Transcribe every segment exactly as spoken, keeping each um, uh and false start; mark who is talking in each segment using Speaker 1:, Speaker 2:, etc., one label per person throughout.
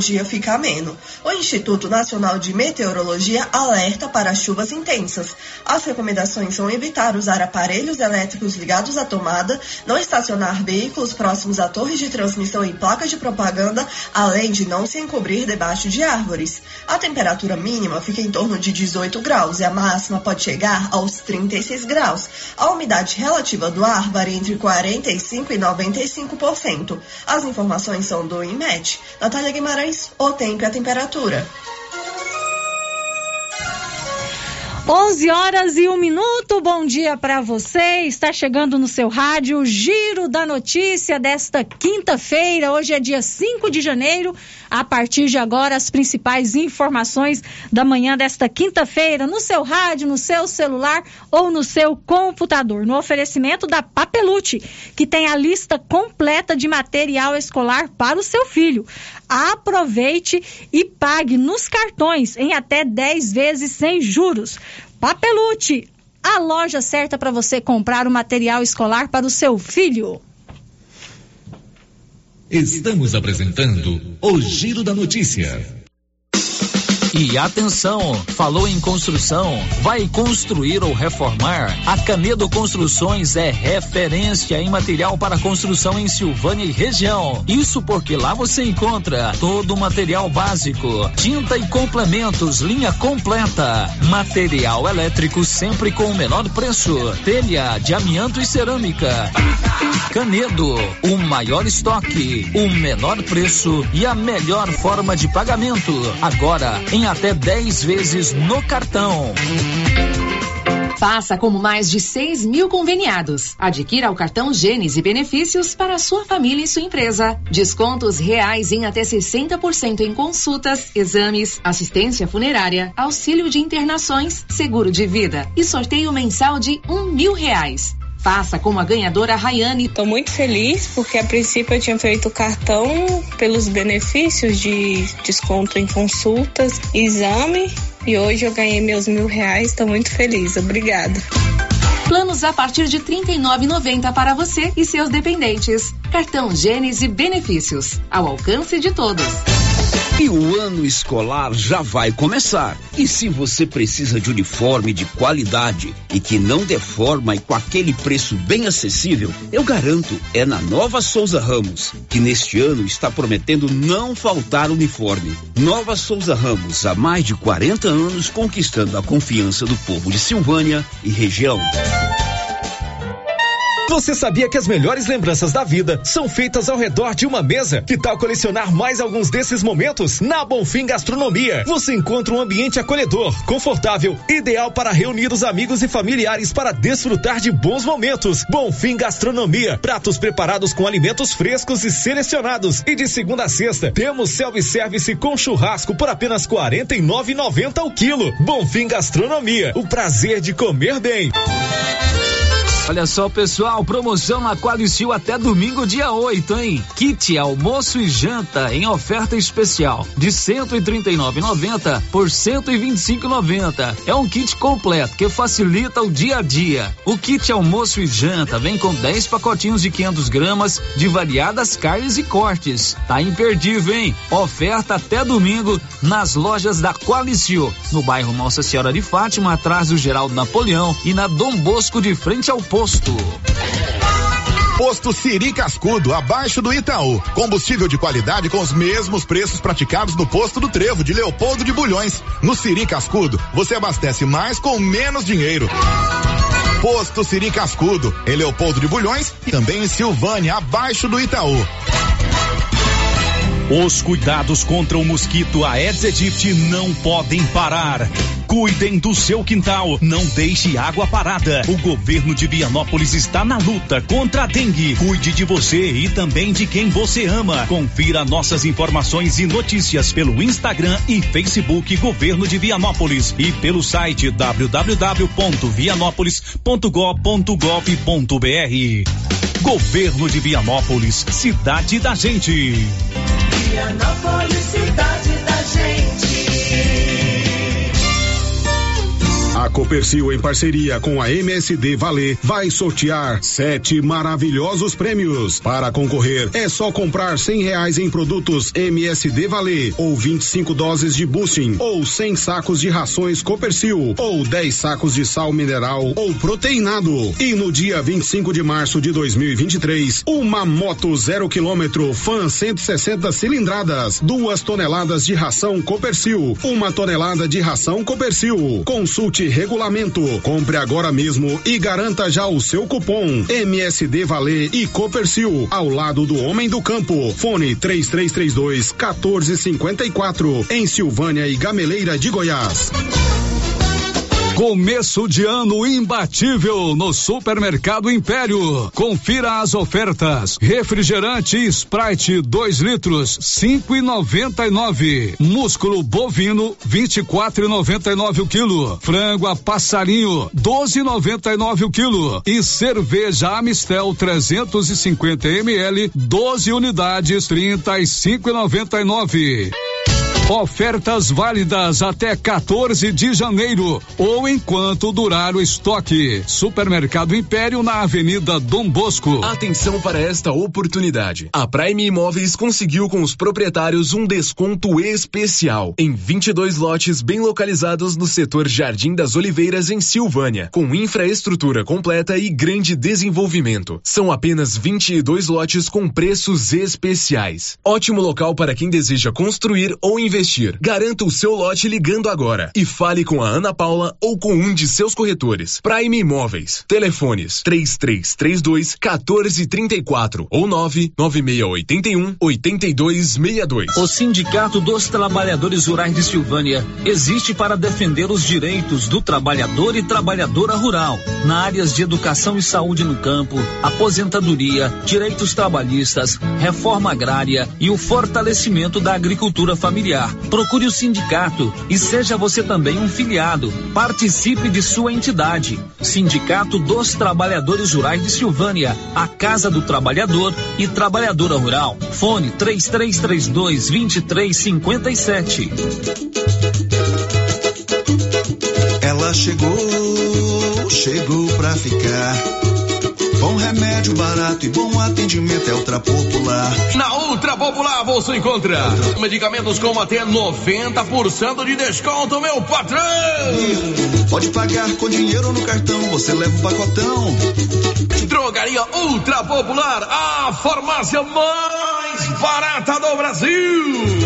Speaker 1: dia fica ameno. O Instituto Nacional de Meteorologia alerta para chuvas intensas. As recomendações são evitar usar aparelhos elétricos ligados à tomada, não estacionar veículos próximos a torres de transmissão e placas de propaganda, além de não se encobrir debaixo de árvores. A temperatura mínima fica em torno de dezoito graus e a máxima pode chegar aos trinta e seis graus. A umidade relativa do ar varia entre quarenta e cinco por cento e noventa e cinco por cento. As informações são do INMET. Natália Guimarães, o tempo e a temperatura.
Speaker 2: onze horas e um minuto, bom dia para você, está chegando no seu rádio o Giro da Notícia desta quinta-feira, hoje é dia cinco de janeiro, a partir de agora as principais informações da manhã desta quinta-feira, no seu rádio, no seu celular ou no seu computador, no oferecimento da Papelute, que tem a lista completa de material escolar para o seu filho. Aproveite e pague nos cartões em até dez vezes sem juros. Papelute, a loja certa para você comprar o material escolar para o seu filho.
Speaker 3: Estamos apresentando o Giro da Notícia.
Speaker 4: E atenção, falou em construção, vai construir ou reformar? A Canedo Construções é referência em material para construção em Silvânia e região. Isso porque lá você encontra todo o material básico, tinta e complementos, linha completa, material elétrico sempre com o menor preço, telha de amianto e cerâmica. Canedo, o maior estoque, o menor preço e a melhor forma de pagamento. Agora em até dez vezes no cartão.
Speaker 5: Faça como mais de seis mil conveniados. Adquira o cartão Gênesis e benefícios para a sua família e sua empresa. Descontos reais em até sessenta por cento em consultas, exames, assistência funerária, auxílio de internações, seguro de vida e sorteio mensal de um mil reais. Faça como a ganhadora Rayane.
Speaker 6: Estou muito feliz porque a princípio eu tinha feito o cartão pelos benefícios de desconto em consultas, exame e hoje eu ganhei meus mil reais. Estou muito feliz. Obrigada.
Speaker 5: Planos a partir de trinta e nove reais e noventa centavos para você e seus dependentes. Cartão Gênesis e benefícios ao alcance de todos.
Speaker 7: E o ano escolar já vai começar. E se você precisa de uniforme de qualidade e que não deforma e com aquele preço bem acessível, eu garanto, é na Nova Souza Ramos, que neste ano está prometendo não faltar uniforme. Nova Souza Ramos, há mais de quarenta anos conquistando a confiança do povo de Silvânia e região.
Speaker 8: Você sabia que as melhores lembranças da vida são feitas ao redor de uma mesa? Que tal colecionar mais alguns desses momentos? Na Bonfim Gastronomia, você encontra um ambiente acolhedor, confortável, ideal para reunir os amigos e familiares para desfrutar de bons momentos. Bonfim Gastronomia, pratos preparados com alimentos frescos e selecionados. E de segunda a sexta, temos self-service com churrasco por apenas quarenta e nove reais e noventa centavos o quilo. Bonfim Gastronomia, o prazer de comer bem.
Speaker 4: Olha só, pessoal, promoção na Qualicil até domingo, dia oito, hein? Kit almoço e janta em oferta especial de cento e trinta e nove reais e noventa centavos por cento e vinte e cinco reais e noventa centavos. É um kit completo que facilita o dia a dia. O kit almoço e janta vem com dez pacotinhos de quinhentas gramas de variadas carnes e cortes. Tá imperdível, hein? Oferta até domingo nas lojas da Qualicil, no bairro Nossa Senhora de Fátima, atrás do Geraldo Napoleão, e na Dom Bosco de frente ao posto.
Speaker 9: Posto Siri Cascudo, abaixo do Itaú. Combustível de qualidade com os mesmos preços praticados no posto do Trevo de Leopoldo de Bulhões. No Siri Cascudo, você abastece mais com menos dinheiro. Posto Siri Cascudo, em Leopoldo de Bulhões e também em Silvânia, abaixo do Itaú.
Speaker 3: Os cuidados contra o mosquito Aedes aegypti não podem parar. Cuidem do seu quintal, não deixe água parada. O governo de Vianópolis está na luta contra a dengue. Cuide de você e também de quem você ama. Confira nossas informações e notícias pelo Instagram e Facebook Governo de Vianópolis e pelo site w w w ponto vianópolis ponto gov ponto br. Governo de Vianópolis, cidade da gente.
Speaker 10: Vianópolis, cidade da gente.
Speaker 11: A cooperativa
Speaker 10: Copercil, em parceria com a M S D Valer, vai sortear sete maravilhosos prêmios. Para concorrer, é só comprar cem reais em produtos M S D Valer, ou vinte e cinco doses de boosting, ou cem sacos de rações Copercil, ou dez sacos de sal mineral ou proteinado. E no dia vinte e cinco de março de dois mil e vinte e três, uma moto zero quilômetro Fan cento e sessenta cilindradas, duas toneladas de ração Copercil, uma tonelada de ração Copercil. Consulte regulamento, compre agora mesmo e garanta já o seu cupom M S D Valer e Copercil, ao lado do homem do campo. Fone três três três dois, um quatro cinco quatro, em Silvânia e Gameleira de Goiás.
Speaker 11: Começo de ano imbatível no Supermercado Império. Confira as ofertas. Refrigerante Sprite dois litros, cinco e noventa e nove. Músculo bovino, vinte e quatro e noventa e nove o quilo. Frango a passarinho, doze e noventa e nove o quilo. E cerveja Amistel trezentos e cinquenta mililitros, doze unidades, trinta e cinco e noventa e nove. Ofertas válidas até quatorze de janeiro ou enquanto durar o estoque. Supermercado Império na Avenida Dom Bosco.
Speaker 12: Atenção para esta oportunidade. A Prime Imóveis conseguiu com os proprietários um desconto especial em vinte e dois lotes bem localizados no setor Jardim das Oliveiras, em Silvânia, com infraestrutura completa e grande desenvolvimento. São apenas vinte e dois lotes com preços especiais. Ótimo local para quem deseja construir ou investir. Garanta o seu lote ligando agora e fale com a Ana Paula ou com um de seus corretores. Prime Imóveis. Telefones três três três dois, um quatro três quatro ou nove nove seis oito um, oito dois seis dois.
Speaker 4: O Sindicato dos Trabalhadores Rurais de Silvânia existe para defender os direitos do trabalhador e trabalhadora rural na áreas de educação e saúde no campo, aposentadoria, direitos trabalhistas, reforma agrária e o fortalecimento da agricultura familiar. Procure o sindicato e seja você também um filiado. Participe de sua entidade. Sindicato dos Trabalhadores Rurais de Silvânia, a Casa do Trabalhador e Trabalhadora Rural. Fone três três três dois, dois três cinco sete.
Speaker 13: Ela chegou, chegou pra ficar. Bom remédio, barato e bom atendimento é Ultra Popular.
Speaker 14: Na Ultra Popular você encontra Ultra. medicamentos com até noventa por cento de desconto, meu patrão!
Speaker 13: Pode pagar com dinheiro ou no cartão, você leva um pacotão.
Speaker 14: Drogaria Ultra Popular, a farmácia mais barata do Brasil.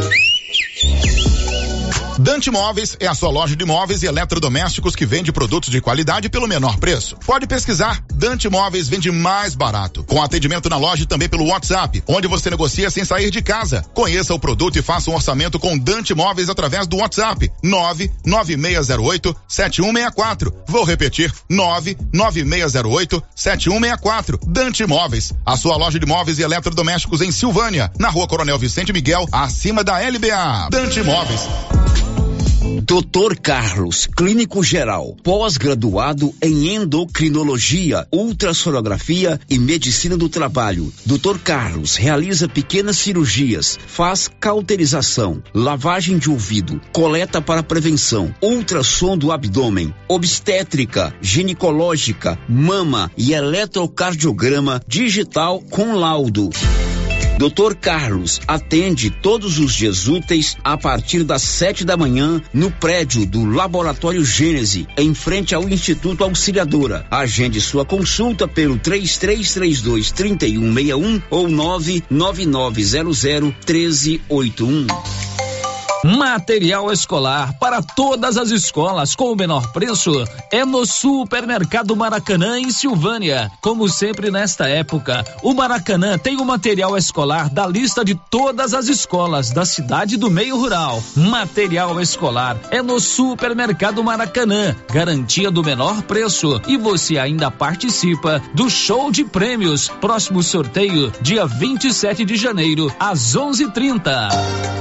Speaker 9: Dante Móveis é a sua loja de móveis e eletrodomésticos que vende produtos de qualidade pelo menor preço. Pode pesquisar, Dante Móveis vende mais barato. Com atendimento na loja e também pelo WhatsApp, onde você negocia sem sair de casa. Conheça o produto e faça um orçamento com Dante Móveis através do WhatsApp nove nove seis zero oito, sete um seis quatro. Vou repetir, nove nove seis zero oito, sete um seis quatro. Dante Móveis, a sua loja de móveis e eletrodomésticos em Silvânia, na Rua Coronel Vicente Miguel, acima da L B A. Dante Móveis.
Speaker 7: doutor Carlos, clínico geral, pós-graduado em endocrinologia, ultrassonografia e medicina do trabalho. doutor Carlos realiza pequenas cirurgias, faz cauterização, lavagem de ouvido, coleta para prevenção, ultrassom do abdômen, obstétrica, ginecológica, mama e eletrocardiograma digital com laudo. doutor Carlos atende todos os dias úteis a partir das sete da manhã no prédio do Laboratório Gênese, em frente ao Instituto Auxiliadora. Agende sua consulta pelo três três três dois, três um seis um ou nove nove nove zero zero, um três oito um.
Speaker 4: Material escolar para todas as escolas com o menor preço é no Supermercado Maracanã, em Silvânia. Como sempre nesta época, o Maracanã tem o material escolar da lista de todas as escolas da cidade do meio rural. Material escolar é no Supermercado Maracanã, garantia do menor preço, e você ainda participa do show de prêmios. Próximo sorteio dia vinte e sete de janeiro às onze e trinta.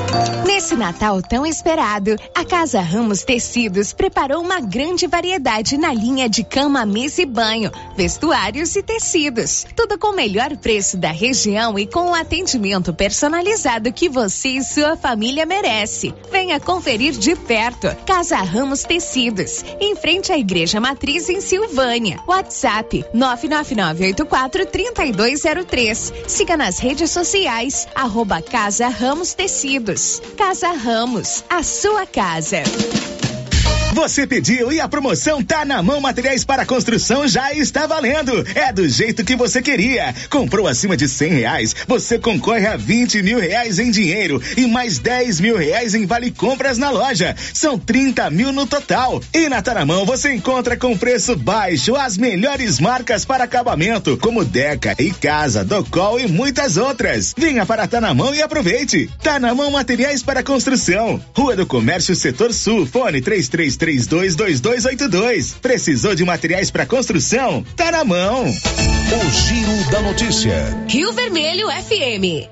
Speaker 15: Nesse Natal tão esperado, a Casa Ramos Tecidos preparou uma grande variedade na linha de cama, mesa e banho, vestuários e tecidos. Tudo com o melhor preço da região e com o atendimento personalizado que você e sua família merece. Venha conferir de perto. Casa Ramos Tecidos, em frente à Igreja Matriz em Silvânia. WhatsApp nove nove nove oito quatro três dois zero três. Siga nas redes sociais, arroba Casa Ramos Tecidos. Casa Ramos, a sua casa.
Speaker 16: Você pediu e a promoção Tá na Mão Materiais para Construção já está valendo. É do jeito que você queria. Comprou acima de cem reais, você concorre a vinte mil reais em dinheiro e mais dez mil reais em vale compras na loja. São trinta mil no total. E na Tá na Mão você encontra com preço baixo as melhores marcas para acabamento, como Deca, Icasa, Docol e muitas outras. Venha para Tá na Mão e aproveite. Tá na Mão Materiais para Construção. Rua do Comércio, Setor Sul. Fone três três três dois dois dois oito dois. Precisou de materiais para construção? Tá na mão.
Speaker 3: O Giro da Notícia.
Speaker 15: Rio Vermelho F M.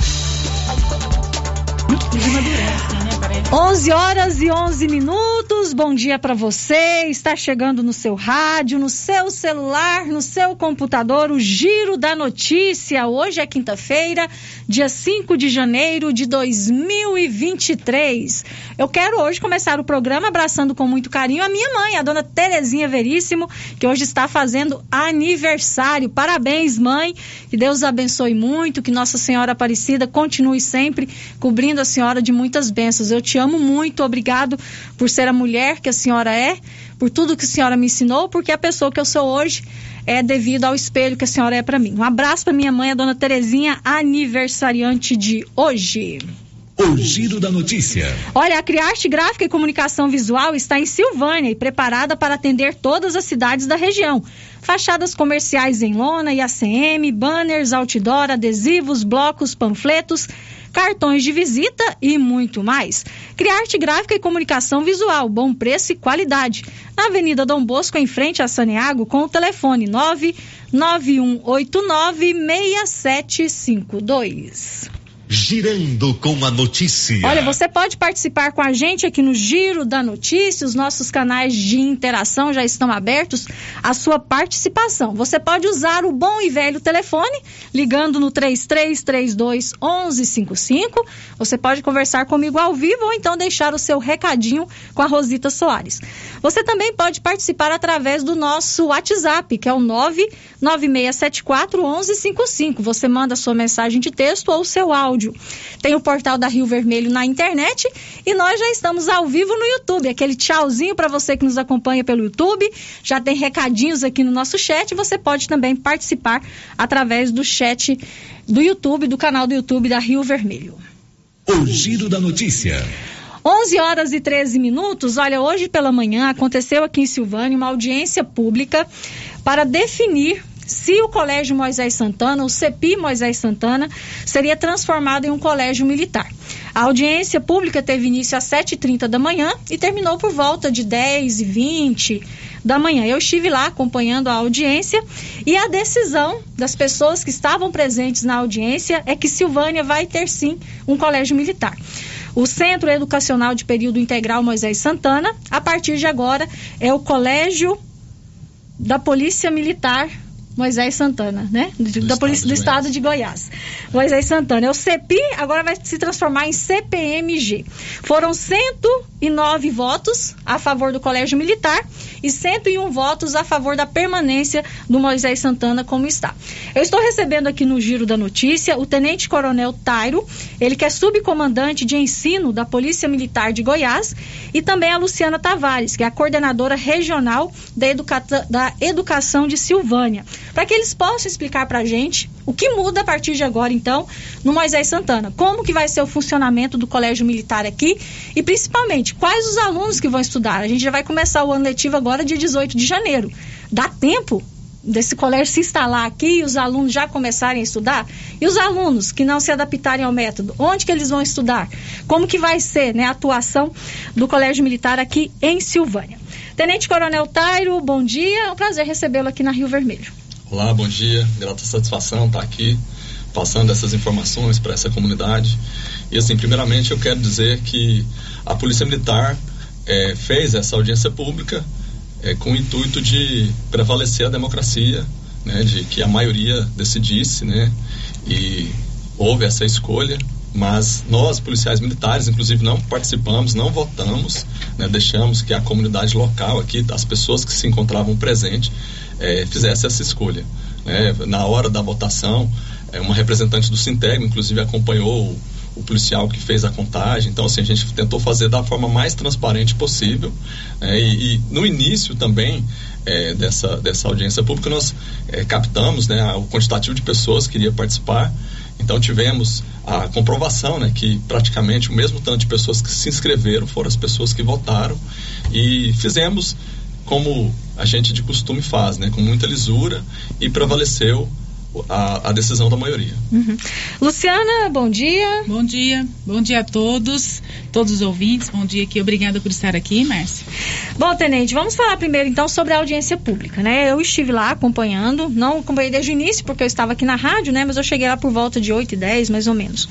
Speaker 2: onze horas e onze minutos, bom dia para você, está chegando no seu rádio, no seu celular, no seu computador, o Giro da Notícia. Hoje é quinta-feira, dia cinco de janeiro de dois mil e vinte e três. Eu quero hoje começar o programa abraçando com muito carinho a minha mãe, a dona Terezinha Veríssimo, que hoje está fazendo aniversário. Parabéns, mãe, que Deus abençoe muito, que Nossa Senhora Aparecida continue sempre cobrindo a senhora de muitas bênçãos. Eu te amo muito, obrigado por ser a mulher que a senhora é, por tudo que a senhora me ensinou, porque a pessoa que eu sou hoje é devido ao espelho que a senhora é para mim. Um abraço para minha mãe, a dona Terezinha, aniversariante de hoje.
Speaker 3: O Giro da Notícia.
Speaker 2: Olha, a Criarte Gráfica e Comunicação Visual está em Silvânia e preparada para atender todas as cidades da região. Fachadas comerciais em lona e A C M, banners, outdoor, adesivos, blocos, panfletos, cartões de visita e muito mais. Criarte Gráfica e Comunicação Visual, bom preço e qualidade. Na Avenida Dom Bosco, em frente a Saneago, com o telefone nove nove um oito nove seis sete cinco dois.
Speaker 3: Girando com a notícia.
Speaker 2: Olha, você pode participar com a gente aqui no Giro da Notícia. Os nossos canais de interação já estão abertos à sua participação. Você pode usar o bom e velho telefone, ligando no três três três dois, onze cinquenta e cinco. Você pode conversar comigo ao vivo ou então deixar o seu recadinho com a Rosita Soares. Você também pode participar através do nosso WhatsApp, que é o nove nove seis sete quatro, onze cinquenta e cinco. Você manda sua mensagem de texto ou seu áudio. Tem o portal da Rio Vermelho na internet e nós já estamos ao vivo no YouTube. Aquele tchauzinho para você que nos acompanha pelo YouTube. Já tem recadinhos aqui no nosso chat. Você pode também participar através do chat do YouTube, do canal do YouTube da Rio Vermelho.
Speaker 3: O Giro da Notícia.
Speaker 2: onze horas e treze minutos. Olha, hoje pela manhã aconteceu aqui em Silvânia uma audiência pública para definir se o Colégio Moisés Santana, o C E P I Moisés Santana, seria transformado em um colégio militar. A audiência pública teve início às sete e trinta da manhã e terminou por volta de dez e vinte da manhã. Eu estive lá acompanhando a audiência e a decisão das pessoas que estavam presentes na audiência é que Silvânia vai ter sim um colégio militar. O Centro Educacional de Período Integral Moisés Santana, a partir de agora, é o Colégio da Polícia Militar Moisés Santana, né? Do, da Polícia do Estado de Goiás. Moisés Santana. É o C E P I, agora vai se transformar em C P M G. Foram cento e nove votos a favor do Colégio Militar e cento e um votos a favor da permanência do Moisés Santana como está. Eu estou recebendo aqui no Giro da Notícia o Tenente Coronel Tairo, ele que é subcomandante de ensino da Polícia Militar de Goiás, e também a Luciana Tavares, que é a coordenadora regional da, educa... da Educação de Silvânia, para que eles possam explicar para a gente o que muda a partir de agora, então, no Moisés Santana. Como que vai ser o funcionamento do Colégio Militar aqui e, principalmente, quais os alunos que vão estudar. A gente já vai começar o ano letivo agora, dia dezoito de janeiro. Dá tempo desse colégio se instalar aqui e os alunos já começarem a estudar? E os alunos que não se adaptarem ao método, onde que eles vão estudar? Como que vai ser, né, a atuação do Colégio Militar aqui em Silvânia? Tenente Coronel Tairo, bom dia. É um prazer recebê-lo aqui na Rio Vermelho.
Speaker 17: Olá, bom dia. Grata satisfação estar aqui passando essas informações para essa comunidade. E assim, primeiramente eu quero dizer que a Polícia Militar é, fez essa audiência pública é, com o intuito de prevalecer a democracia, né, de que a maioria decidisse, né, e houve essa escolha, mas nós, policiais militares, inclusive não participamos, não votamos, né, deixamos que a comunidade local aqui, as pessoas que se encontravam presentes, é, fizesse essa escolha. Né. Na hora da votação, é, uma representante do Sinteg, inclusive, acompanhou o, o policial que fez a contagem. Então, assim, a gente tentou fazer da forma mais transparente possível, né, e, e no início também é, dessa, dessa audiência pública nós é, captamos, né, o quantitativo de pessoas que iria participar. Então tivemos a comprovação, né, que praticamente o mesmo tanto de pessoas que se inscreveram foram as pessoas que votaram, e fizemos como a gente de costume faz, né, com muita lisura, e prevaleceu a, a decisão da maioria.
Speaker 2: Uhum. Luciana, bom dia.
Speaker 18: Bom dia, bom dia a todos, todos os ouvintes, bom dia aqui, obrigada por estar aqui, Márcia.
Speaker 2: Bom, Tenente, vamos falar primeiro então sobre a audiência pública, né? Eu estive lá acompanhando, não acompanhei desde o início porque eu estava aqui na rádio, né? Mas eu cheguei lá por volta de oito e dez, mais ou menos.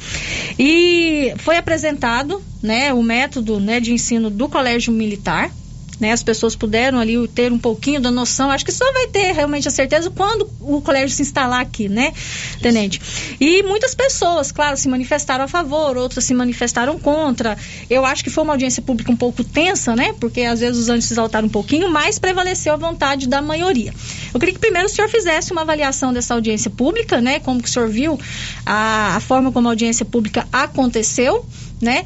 Speaker 2: E foi apresentado, né, o método, né, de ensino do Colégio Militar. Né, as pessoas puderam ali ter um pouquinho da noção, acho que só vai ter realmente a certeza quando o colégio se instalar aqui, né, Tenente? E muitas pessoas, claro, se manifestaram a favor, outras se manifestaram contra. Eu acho que foi uma audiência pública um pouco tensa, né, porque às vezes os ânimos se exaltaram um pouquinho, mas prevaleceu a vontade da maioria. Eu queria que primeiro o senhor fizesse uma avaliação dessa audiência pública, né, como que o senhor viu a, a forma como a audiência pública aconteceu, né?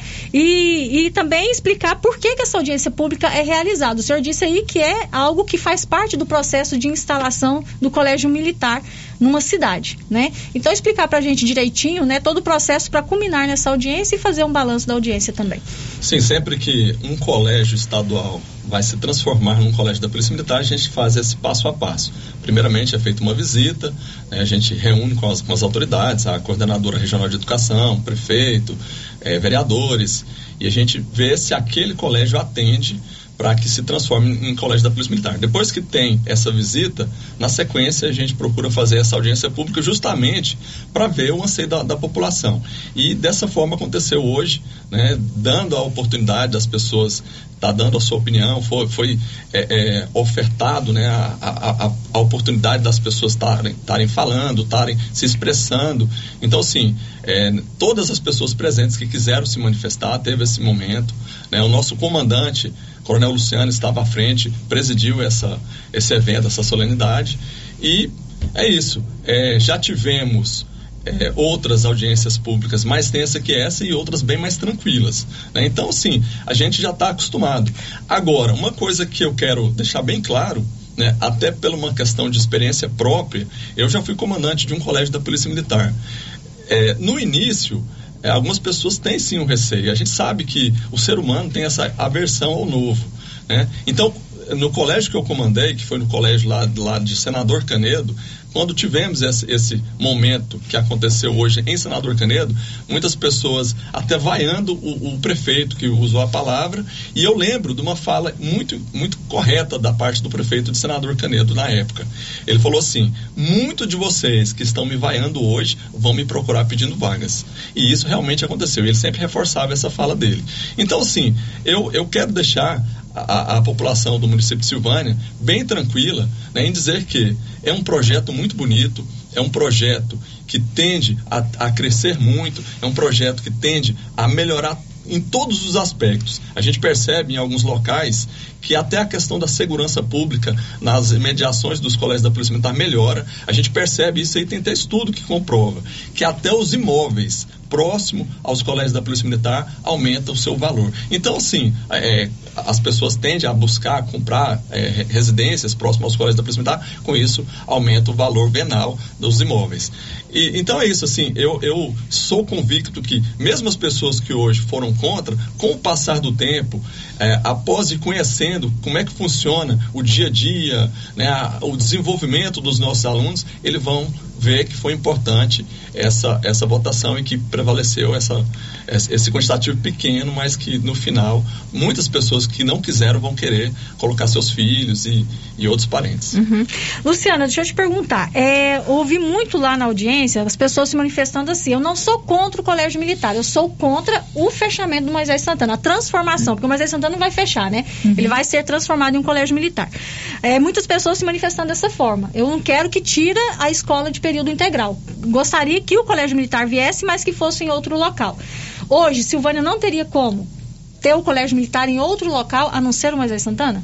Speaker 2: E, e também explicar por que, que essa audiência pública é realizada. O senhor disse aí que é algo que faz parte do processo de instalação do Colégio Militar numa cidade, né? Então explicar pra gente direitinho, né, todo o processo para culminar nessa audiência e fazer um balanço da audiência também.
Speaker 17: Sim, sempre que um colégio estadual vai se transformar num colégio da Polícia Militar, a gente faz esse passo a passo. Primeiramente é feita uma visita, né, a gente reúne com as, com as autoridades, a coordenadora regional de educação, prefeito, é, vereadores, e a gente vê se aquele colégio atende para que se transforme em colégio da Polícia Militar. Depois que tem essa visita, na sequência a gente procura fazer essa audiência pública justamente para ver o anseio da, da população. E dessa forma aconteceu hoje, né, dando a oportunidade das pessoas tá dando a sua opinião, foi, foi é, é, ofertado, né, a, a, a oportunidade das pessoas estarem falando, estarem se expressando. Então, assim, é, todas as pessoas presentes que quiseram se manifestar, teve esse momento, né, o nosso comandante, Coronel Luciano, estava à frente, presidiu essa, esse evento, essa solenidade, e é isso, é, já tivemos É, outras audiências públicas mais tensas que essa e outras bem mais tranquilas, né? Então, sim, a gente já está acostumado. Agora, uma coisa que eu quero deixar bem claro, né, até por uma questão de experiência própria, eu já fui comandante de um colégio da Polícia Militar. É, no início, é, algumas pessoas têm sim um receio. A gente sabe que o ser humano tem essa aversão ao novo, né? Então, no colégio que eu comandei, que foi no colégio lá, lá de Senador Canedo, quando tivemos esse, esse momento que aconteceu hoje em Senador Canedo, muitas pessoas até vaiando o, o prefeito que usou a palavra, e eu lembro de uma fala muito, muito correta da parte do prefeito de Senador Canedo na época. Ele falou assim: muitos de vocês que estão me vaiando hoje vão me procurar pedindo vagas. E isso realmente aconteceu. Ele sempre reforçava essa fala dele. Então, assim, eu, eu quero deixar A, a população do município de Silvânia bem tranquila, né, em dizer que é um projeto muito bonito, é um projeto que tende a, a crescer muito, é um projeto que tende a melhorar em todos os aspectos. A gente percebe em alguns locais que até a questão da segurança pública nas imediações dos colégios da Polícia Militar melhora. A gente percebe isso aí, tem até estudo que comprova que até os imóveis próximo aos colégios da Polícia Militar aumenta o seu valor. Então, assim, é, as pessoas tendem a buscar, comprar é, residências próximas aos colégios da Polícia Militar, com isso aumenta o valor venal dos imóveis. E, então é isso, assim, eu, eu sou convicto que mesmo as pessoas que hoje foram contra, com o passar do tempo, é, após ir conhecendo como é que funciona o dia a dia, né, a, o desenvolvimento dos nossos alunos, eles vão ver que foi importante essa, essa votação e que prevaleceu essa, esse quantitativo pequeno, mas que no final muitas pessoas que não quiseram vão querer colocar seus filhos e, e outros parentes.
Speaker 2: Uhum. Luciana, deixa eu te perguntar, é, ouvi muito lá na audiência as pessoas se manifestando assim: eu não sou contra o Colégio Militar, eu sou contra o fechamento do Moisés Santana, a transformação, porque o Moisés Santana não vai fechar, né? Uhum. Ele vai ser transformado em um colégio militar. É, muitas pessoas se manifestando dessa forma: eu não quero que tira a escola de período integral, gostaria que o Colégio Militar viesse, mas que fosse em outro local. Hoje, Silvânia não teria como ter o Colégio Militar em outro local, a não ser o Moisés Santana?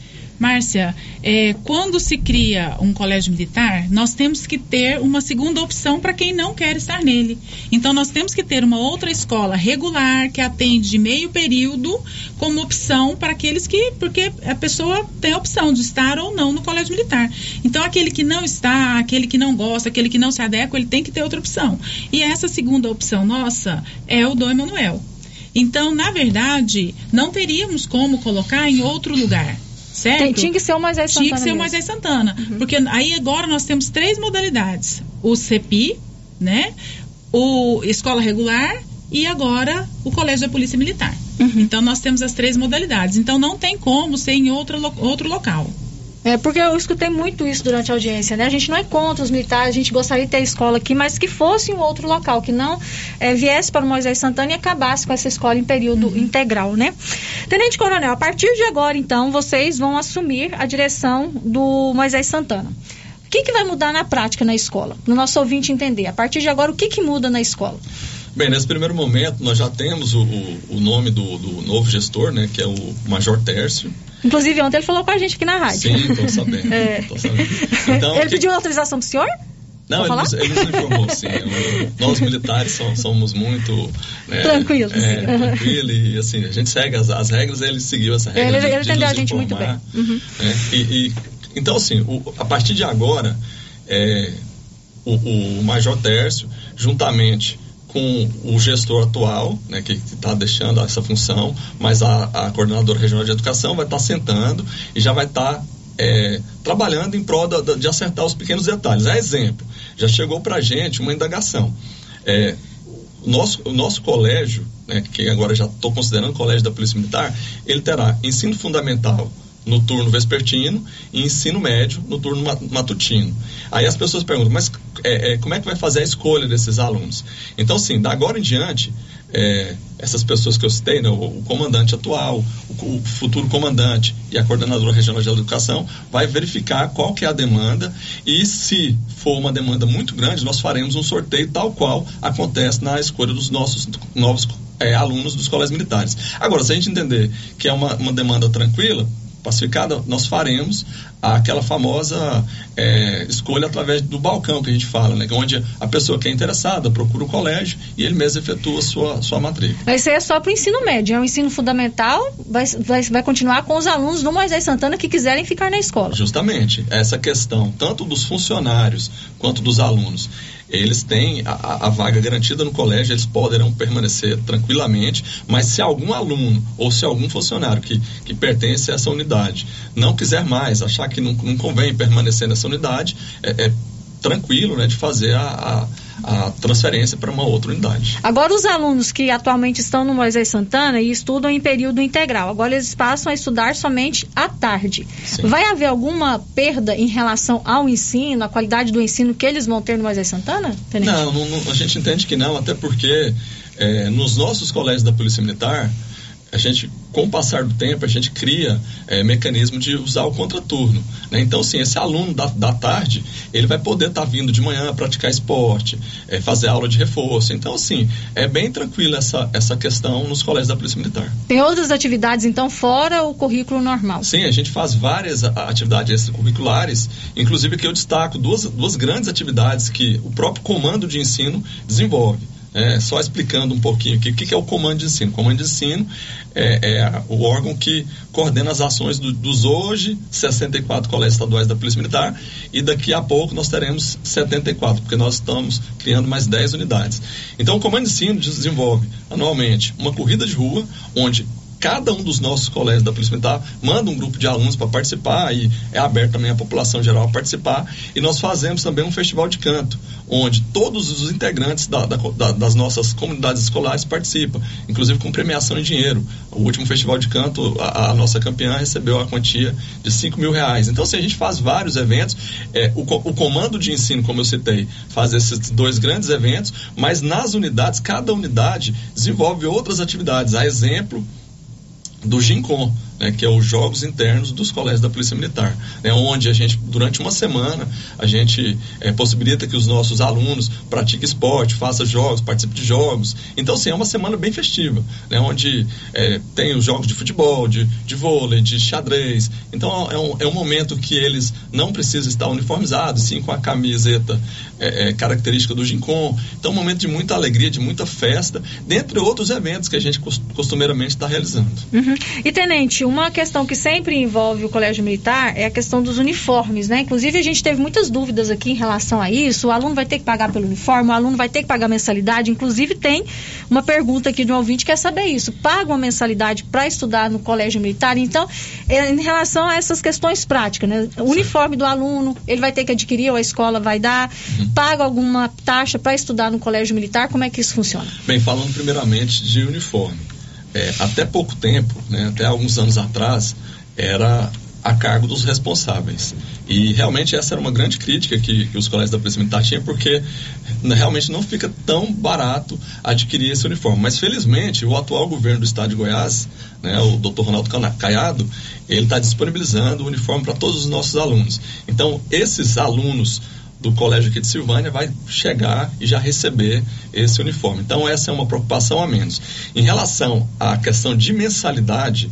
Speaker 18: Márcia, é, quando se cria um colégio militar, nós temos que ter uma segunda opção para quem não quer estar nele. Então, nós temos que ter uma outra escola regular, que atende de meio período, como opção para aqueles que... Porque a pessoa tem a opção de estar ou não no colégio militar. Então, aquele que não está, aquele que não gosta, aquele que não se adequa, ele tem que ter outra opção. E essa segunda opção nossa é o Dom Emanuel. Então, na verdade, não teríamos como colocar em outro lugar. Certo?
Speaker 2: Tem, tinha que ser o Moisés Santana.
Speaker 18: Tinha que ser o Moisés Santana. Uhum. Porque aí agora nós temos três modalidades: o C E P I, né? O Escola Regular e agora o Colégio da Polícia Militar. Uhum. Então nós temos as três modalidades. Então não tem como ser em outro, outro local.
Speaker 2: É, porque eu escutei muito isso durante a audiência, né? A gente não é contra os militares, a gente gostaria de ter escola aqui, mas que fosse em outro local, que não é, viesse para o Moisés Santana e acabasse com essa escola em período uhum. integral, né? Tenente Coronel, a partir de agora, então, vocês vão assumir a direção do Moisés Santana. O que, que vai mudar na prática na escola? Para o nosso ouvinte entender. A partir de agora, o que, que muda na escola?
Speaker 17: Bem, nesse primeiro momento, nós já temos o, o, o nome do, do novo gestor, né? Que é o Major Tércio.
Speaker 2: Inclusive, ontem ele falou com a gente aqui na rádio.
Speaker 17: Sim, estou sabendo. É. Tô sabendo. Então,
Speaker 2: ele
Speaker 17: que...
Speaker 2: pediu autorização do senhor?
Speaker 17: Não, ele nos, ele nos informou, sim. Nós militares somos, somos muito... Né,
Speaker 2: tranquilos.
Speaker 17: É, uhum. Tranquilo e, assim, a gente segue as, as regras, ele seguiu essa regra.
Speaker 2: Ele,
Speaker 17: de,
Speaker 2: ele
Speaker 17: de
Speaker 2: entendeu a gente muito bem. Uhum.
Speaker 17: É, e, e, então, assim, o, a partir de agora, é, o, o Major Tércio, juntamente com o gestor atual, né, que está deixando essa função, mas a, a coordenadora regional de educação vai estar tá sentando e já vai estar tá, é, trabalhando em prol da, da, de acertar os pequenos detalhes. A exemplo, já chegou para a gente uma indagação. É, o, nosso, o nosso colégio, né, que agora já estou considerando o colégio da Polícia Militar, ele terá ensino fundamental no turno vespertino e ensino médio no turno matutino. Aí as pessoas perguntam, mas é, é, como é que vai fazer a escolha desses alunos? Então, sim, da agora em diante, é, essas pessoas que eu citei, né, o, o comandante atual, o, o futuro comandante e a coordenadora regional de educação vai verificar qual que é a demanda e, se for uma demanda muito grande, nós faremos um sorteio tal qual acontece na escolha dos nossos novos é, alunos dos colégios militares. Agora, se a gente entender que é uma, uma demanda tranquila, pacificada, nós faremos aquela famosa é, escolha através do balcão que a gente fala, né? Onde a pessoa que é interessada procura o colégio e ele mesmo efetua a sua, sua matrícula.
Speaker 2: Mas isso aí é só para o ensino médio, é o ensino fundamental, vai, vai, vai continuar com os alunos do Moisés Santana que quiserem ficar na escola.
Speaker 17: Justamente, essa questão, tanto dos funcionários quanto dos alunos, eles têm a, a vaga garantida no colégio, eles poderão permanecer tranquilamente, mas se algum aluno ou se algum funcionário que, que pertence a essa unidade não quiser mais, achar que não, não convém permanecer nessa unidade, é, é tranquilo, né, de fazer a, a, a transferência para uma outra unidade.
Speaker 2: Agora, os alunos que atualmente estão no Moisés Santana e estudam em período integral, agora eles passam a estudar somente à tarde. Sim. Vai haver alguma perda em relação ao ensino, a qualidade do ensino que eles vão ter no Moisés Santana? Tenente?
Speaker 17: Não, não, não, a gente entende que não, até porque é, nos nossos colégios da Polícia Militar, a gente, com o passar do tempo, a gente cria é, mecanismo de usar o contraturno, né? Então, sim, esse aluno da, da tarde, ele vai poder estar tá vindo de manhã praticar esporte, é, fazer aula de reforço. Então, assim, é bem tranquila essa, essa questão nos colégios da Polícia Militar.
Speaker 2: Tem outras atividades, então, fora o currículo normal?
Speaker 17: Sim, a gente faz várias atividades extracurriculares, inclusive que eu destaco duas, duas grandes atividades que o próprio comando de ensino desenvolve. É, só explicando um pouquinho aqui, o que, que é o comando de ensino. O comando de ensino é, é o órgão que coordena as ações do, dos hoje sessenta e quatro colégios estaduais da Polícia Militar, e daqui a pouco nós teremos setenta e quatro, porque nós estamos criando mais dez unidades. Então, o comando de ensino desenvolve anualmente uma corrida de rua, onde cada um dos nossos colégios da Polícia Militar manda um grupo de alunos para participar, e é aberto também a população geral a participar, e nós fazemos também um festival de canto, onde todos os integrantes da, da, da, das nossas comunidades escolares participam, inclusive com premiação em dinheiro. O último festival de canto, a, a nossa campeã recebeu a quantia de cinco mil reais. Então, assim, a gente faz vários eventos, é, o, o comando de ensino, como eu citei, faz esses dois grandes eventos, mas nas unidades, cada unidade desenvolve outras atividades, a exemplo do GINCOM, né, que é os Jogos Internos dos Colégios da Polícia Militar, né, onde a gente, durante uma semana, a gente é, possibilita que os nossos alunos pratiquem esporte, façam jogos, participem de jogos. Então, assim, é uma semana bem festiva, né, onde é, tem os jogos de futebol, de, de vôlei, de xadrez. Então, é um, é um momento que eles não precisam estar uniformizados, sim com a camiseta é, é, característica do GINCOM. Então, é um momento de muita alegria, de muita festa, dentre outros eventos que a gente costumeiramente está realizando.
Speaker 2: Uhum. E, Tenente, uma questão que sempre envolve o Colégio Militar é a questão dos uniformes, né? Inclusive, a gente teve muitas dúvidas aqui em relação a isso. O aluno vai ter que pagar pelo uniforme, o aluno vai ter que pagar mensalidade. Inclusive, tem uma pergunta aqui de um ouvinte que quer saber isso. Paga uma mensalidade para estudar no Colégio Militar? Então, em relação a essas questões práticas, né? O uniforme do aluno, ele vai ter que adquirir ou a escola vai dar? Uhum. Paga alguma taxa para estudar no Colégio Militar? Como é que isso funciona?
Speaker 17: Bem, falando primeiramente de uniforme. É, até pouco tempo, né, até alguns anos atrás, era a cargo dos responsáveis. E realmente essa era uma grande crítica que, que os colégios da Polícia Militar tinham, porque realmente não fica tão barato adquirir esse uniforme. Mas felizmente o atual governo do estado de Goiás, né, o doutor Ronaldo Caiado, ele está disponibilizando o uniforme para todos os nossos alunos. Então esses alunos do colégio aqui de Silvânia vai chegar e já receber esse uniforme. Então essa é uma preocupação a menos. Em relação à questão de mensalidade,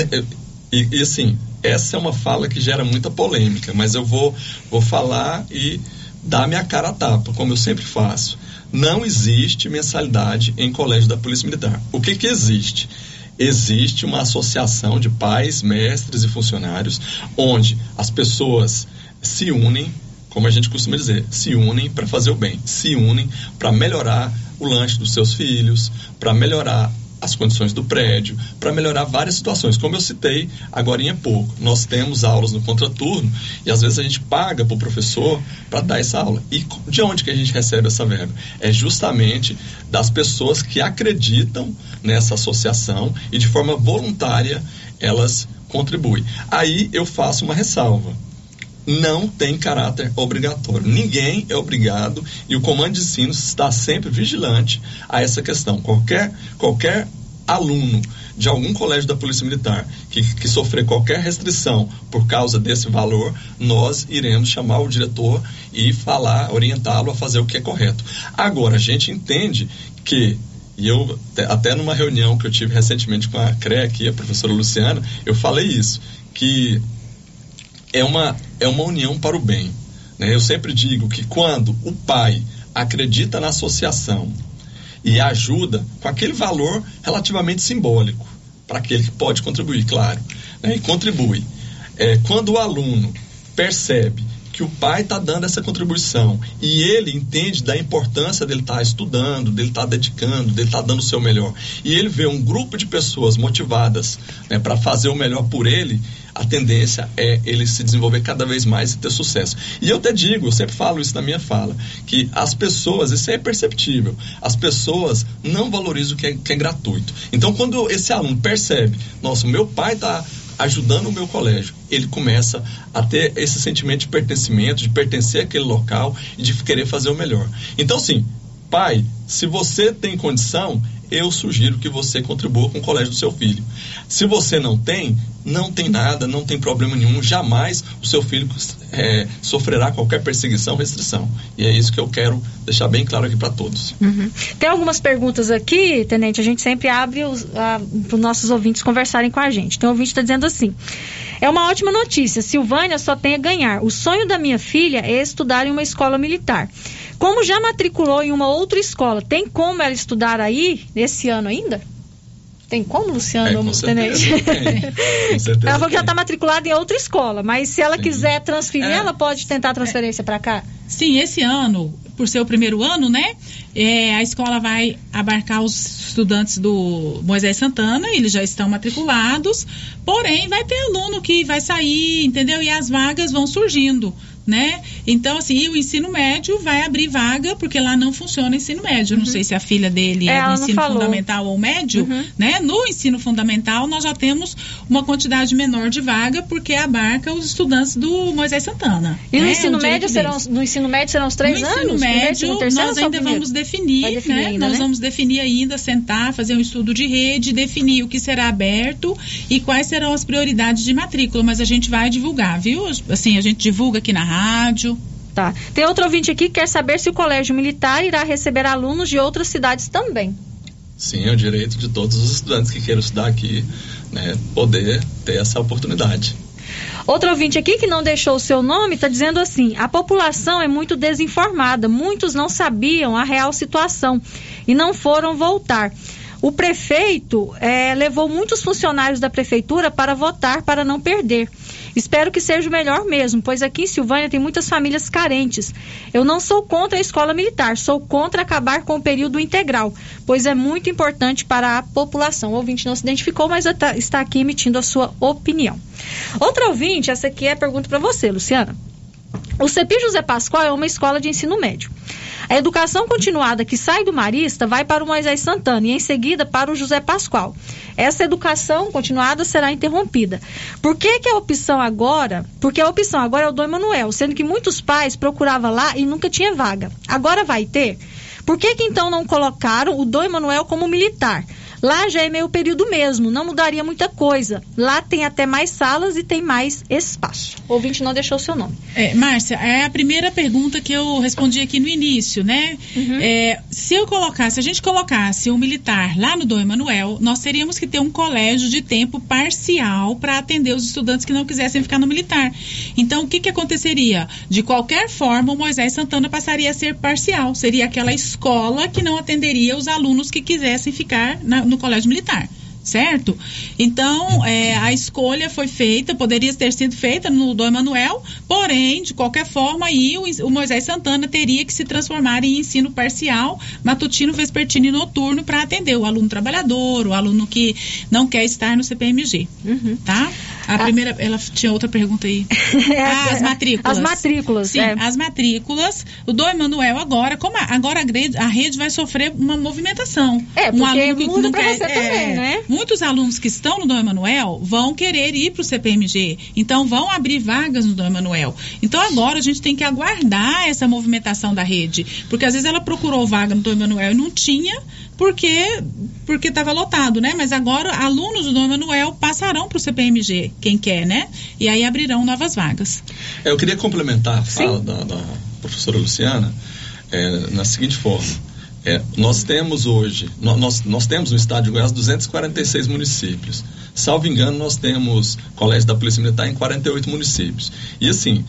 Speaker 17: e, e assim, essa é uma fala que gera muita polêmica, mas eu vou, vou falar e dar minha cara a tapa, como eu sempre faço. Não existe mensalidade em colégio da Polícia Militar. O que que existe? Existe uma associação de pais, mestres e funcionários, onde as pessoas se unem, como a gente costuma dizer, se unem para fazer o bem, se unem para melhorar o lanche dos seus filhos, para melhorar as condições do prédio, para melhorar várias situações. Como eu citei agora em pouco, nós temos aulas no contraturno e às vezes a gente paga para o professor para dar essa aula. E de onde que a gente recebe essa verba? É justamente das pessoas que acreditam nessa associação e de forma voluntária elas contribuem. Aí eu faço uma ressalva. Não tem caráter obrigatório. Ninguém é obrigado e o comando de ensino está sempre vigilante a essa questão. Qualquer, qualquer aluno de algum colégio da Polícia Militar que, que sofrer qualquer restrição por causa desse valor, nós iremos chamar o diretor e falar, orientá-lo a fazer o que é correto. Agora, a gente entende que, e eu até numa reunião que eu tive recentemente com a C R E aqui, a professora Luciana, eu falei isso, que é uma, é uma união para o bem, né? Eu sempre digo que quando o pai acredita na associação e ajuda com aquele valor relativamente simbólico, para aquele que pode contribuir, claro, né? E contribui. É, quando o aluno percebe que o pai está dando essa contribuição e ele entende da importância dele estar tá estudando, dele estar tá dedicando, dele estar tá dando o seu melhor, e ele vê um grupo de pessoas motivadas, né, para fazer o melhor por ele, a tendência é ele se desenvolver cada vez mais e ter sucesso. E eu até digo, eu sempre falo isso na minha fala, que as pessoas, isso é perceptível, as pessoas não valorizam o que é, que é gratuito. Então, quando esse aluno percebe, nossa, meu pai está ajudando o meu colégio, ele começa a ter esse sentimento de pertencimento, de pertencer àquele local e de querer fazer o melhor. Então, sim, pai, se você tem condição, eu sugiro que você contribua com o colégio do seu filho. Se você não tem, não tem nada, não tem problema nenhum, jamais o seu filho é, sofrerá qualquer perseguição, restrição. E é isso que eu quero deixar bem claro aqui para todos.
Speaker 2: Uhum. Tem algumas perguntas aqui, Tenente, a gente sempre abre para os nossos ouvintes conversarem com a gente. Tem um ouvinte que está dizendo assim: é uma ótima notícia, Silvânia só tem a ganhar. O sonho da minha filha é estudar em uma escola militar. Como já matriculou em uma outra escola, tem como ela estudar aí, nesse ano ainda? Tem como, Luciano?
Speaker 17: É, com certeza tem. Com certeza
Speaker 2: ela falou que já
Speaker 17: tem.
Speaker 2: está matriculada em outra escola, mas se ela
Speaker 17: Sim.
Speaker 2: quiser transferir,
Speaker 18: É.
Speaker 2: ela pode tentar transferência para cá?
Speaker 18: Sim, esse ano, por ser o primeiro ano, né? É, a escola vai abarcar os estudantes do Moisés Santana, eles já estão matriculados, porém vai ter aluno que vai sair, entendeu? E as vagas vão surgindo, né? Então, assim, e o ensino médio vai abrir vaga, porque lá não funciona ensino médio. Eu não uhum. sei se a filha dele é, é do ensino fundamental ou médio, uhum. né? No ensino fundamental, nós já temos uma quantidade menor de vaga, porque abarca os estudantes do Moisés Santana.
Speaker 2: E
Speaker 18: né?
Speaker 2: no, ensino médio serão, no ensino médio serão os três
Speaker 18: no
Speaker 2: anos?
Speaker 18: No ensino médio,
Speaker 2: primeiro,
Speaker 18: nós ainda vamos definir, definir né? Ainda, nós né? vamos definir ainda, sentar, fazer um estudo de rede, definir o que será aberto e quais serão as prioridades de matrícula, mas a gente vai divulgar, viu? Assim, a gente divulga aqui na rádio.
Speaker 2: Tá. Tem outro ouvinte aqui que quer saber se o Colégio Militar irá receber alunos de outras cidades também.
Speaker 17: Sim, é o direito de todos os estudantes que queiram estudar aqui, né, poder ter essa oportunidade.
Speaker 2: Outro ouvinte aqui que não deixou o seu nome está dizendo assim: a população é muito desinformada, muitos não sabiam a real situação e não foram votar. O prefeito é, levou muitos funcionários da prefeitura para votar para não perder. Espero que seja o melhor mesmo, pois aqui em Silvânia tem muitas famílias carentes. Eu não sou contra a escola militar, sou contra acabar com o período integral, pois é muito importante para a população. O ouvinte não se identificou, mas está aqui emitindo a sua opinião. Outro ouvinte, essa aqui é a pergunta para você, Luciana. O CEPI José Pascoal é uma escola de ensino médio. A educação continuada que sai do Marista vai para o Moisés Santana e em seguida para o José Pascoal. Essa educação continuada será interrompida. Por que que a opção agora? Porque a opção agora é o Dom Emanuel, sendo que muitos pais procuravam lá e nunca tinha vaga. Agora vai ter? Por que que então não colocaram o Dom Emanuel como militar? Lá já é meio período mesmo, não mudaria muita coisa. Lá tem até mais salas e tem mais espaço. O ouvinte não deixou o seu nome.
Speaker 18: É, Márcia, é a primeira pergunta que eu respondi aqui no início, né? Uhum. É, se eu colocasse, se a gente colocasse um militar lá no Dom Emanuel, nós teríamos que ter um colégio de tempo parcial para atender os estudantes que não quisessem ficar no militar. Então, o que que aconteceria? De qualquer forma, o Moisés Santana passaria a ser parcial. Seria aquela escola que não atenderia os alunos que quisessem ficar na no colégio militar, certo? Então, é, a escolha foi feita, poderia ter sido feita no Dom Emanuel, porém, de qualquer forma, aí o, o Moisés Santana teria que se transformar em ensino parcial, matutino, vespertino e noturno para atender o aluno trabalhador, o aluno que não quer estar no C P M G, uhum. tá? A ah. primeira, ela tinha outra pergunta aí. ah, as matrículas.
Speaker 2: As matrículas,
Speaker 18: Sim, é. as matrículas. O Dom Emanuel agora, como a, agora a rede, a rede vai sofrer uma movimentação.
Speaker 2: É, porque um aluno que muda não pra quer, você é, também, né?
Speaker 18: Muitos alunos que estão no Dom Emanuel vão querer ir para o C P M G. Então, vão abrir vagas no Dom Emanuel. Então, agora a gente tem que aguardar essa movimentação da rede. Porque, às vezes, ela procurou vaga no Dom Emanuel e não tinha, porque porque estava lotado, né? Mas agora, alunos do Dom Emanuel passarão para o C P M G, quem quer, né? E aí abrirão novas vagas.
Speaker 17: É, eu queria complementar a fala da, da professora Luciana é, na seguinte forma. É, nós temos hoje, nós, nós temos no estado de Goiás duzentos e quarenta e seis municípios. Salvo engano, nós temos colégio da Polícia Militar em quarenta e oito municípios. E assim,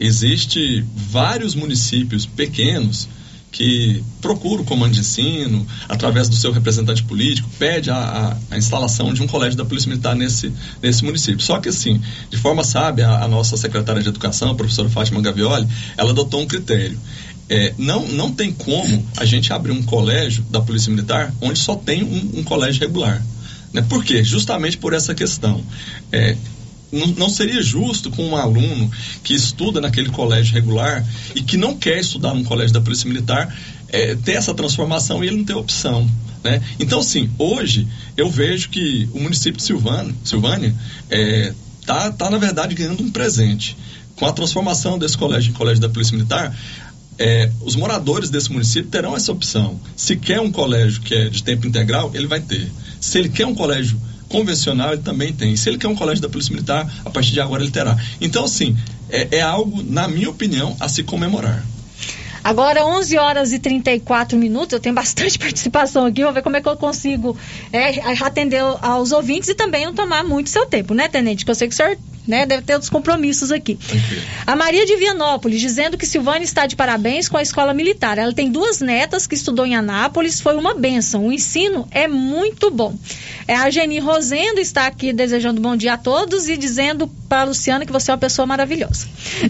Speaker 17: existe vários municípios pequenos que procura o comando de ensino, através do seu representante político, pede a, a, a instalação de um colégio da Polícia Militar nesse, nesse município. Só que assim, de forma sábia, a, a nossa secretária de Educação, a professora Fátima Gavioli, ela adotou um critério. É, não, não tem como a gente abrir um colégio da Polícia Militar onde só tem um, um colégio regular. Né? Por quê? Justamente por essa questão. É, Não, não seria justo com um aluno que estuda naquele colégio regular e que não quer estudar num colégio da Polícia Militar é, ter essa transformação e ele não ter opção, né? Então, sim, hoje eu vejo que o município de Silvânia, Silvânia é, tá, tá, na verdade, ganhando um presente. Com a transformação desse colégio em colégio da Polícia Militar, é, os moradores desse município terão essa opção. Se quer um colégio que é de tempo integral, ele vai ter. Se ele quer um colégio convencional, ele também tem. Se ele quer um colégio da Polícia Militar, a partir de agora ele terá. Então, assim, é, é algo, na minha opinião, a se comemorar.
Speaker 2: Agora, onze horas e trinta e quatro minutos, eu tenho bastante participação aqui, vou ver como é que eu consigo é, atender aos ouvintes e também não tomar muito seu tempo, né, Tenente? Que eu sei que o senhor, né, deve ter outros compromissos aqui. Okay. A Maria de Vianópolis, dizendo que Silvânia está de parabéns com a escola militar. Ela tem duas netas que estudou em Anápolis, foi uma bênção. O ensino é muito bom. É, a Geni Rosendo está aqui desejando bom dia a todos e dizendo para a Luciana que você é uma pessoa maravilhosa.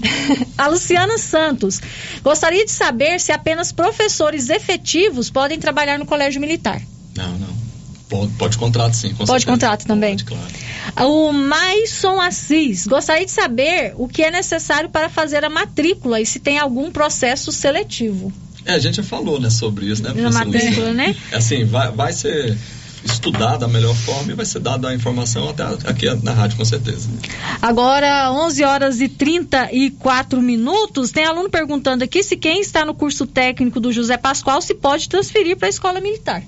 Speaker 2: A Luciana Santos gostaria de saber se apenas professores efetivos podem trabalhar no Colégio Militar.
Speaker 17: Não, não. Pode, pode contrato, sim. Com
Speaker 2: pode
Speaker 17: certeza.
Speaker 2: Contrato também?
Speaker 17: Pode, claro.
Speaker 2: O Maison Assis gostaria de saber o que é necessário para fazer a matrícula e se tem algum processo seletivo.
Speaker 17: É, a gente já falou, né, sobre isso, né?
Speaker 2: Na matrícula, né?
Speaker 17: É assim, vai, vai ser estudado da melhor forma e vai ser dada a informação até aqui na rádio, com certeza.
Speaker 2: Agora, onze horas e trinta e quatro minutos, tem aluno perguntando aqui se quem está no curso técnico do José Pascoal se pode transferir para a Escola Militar.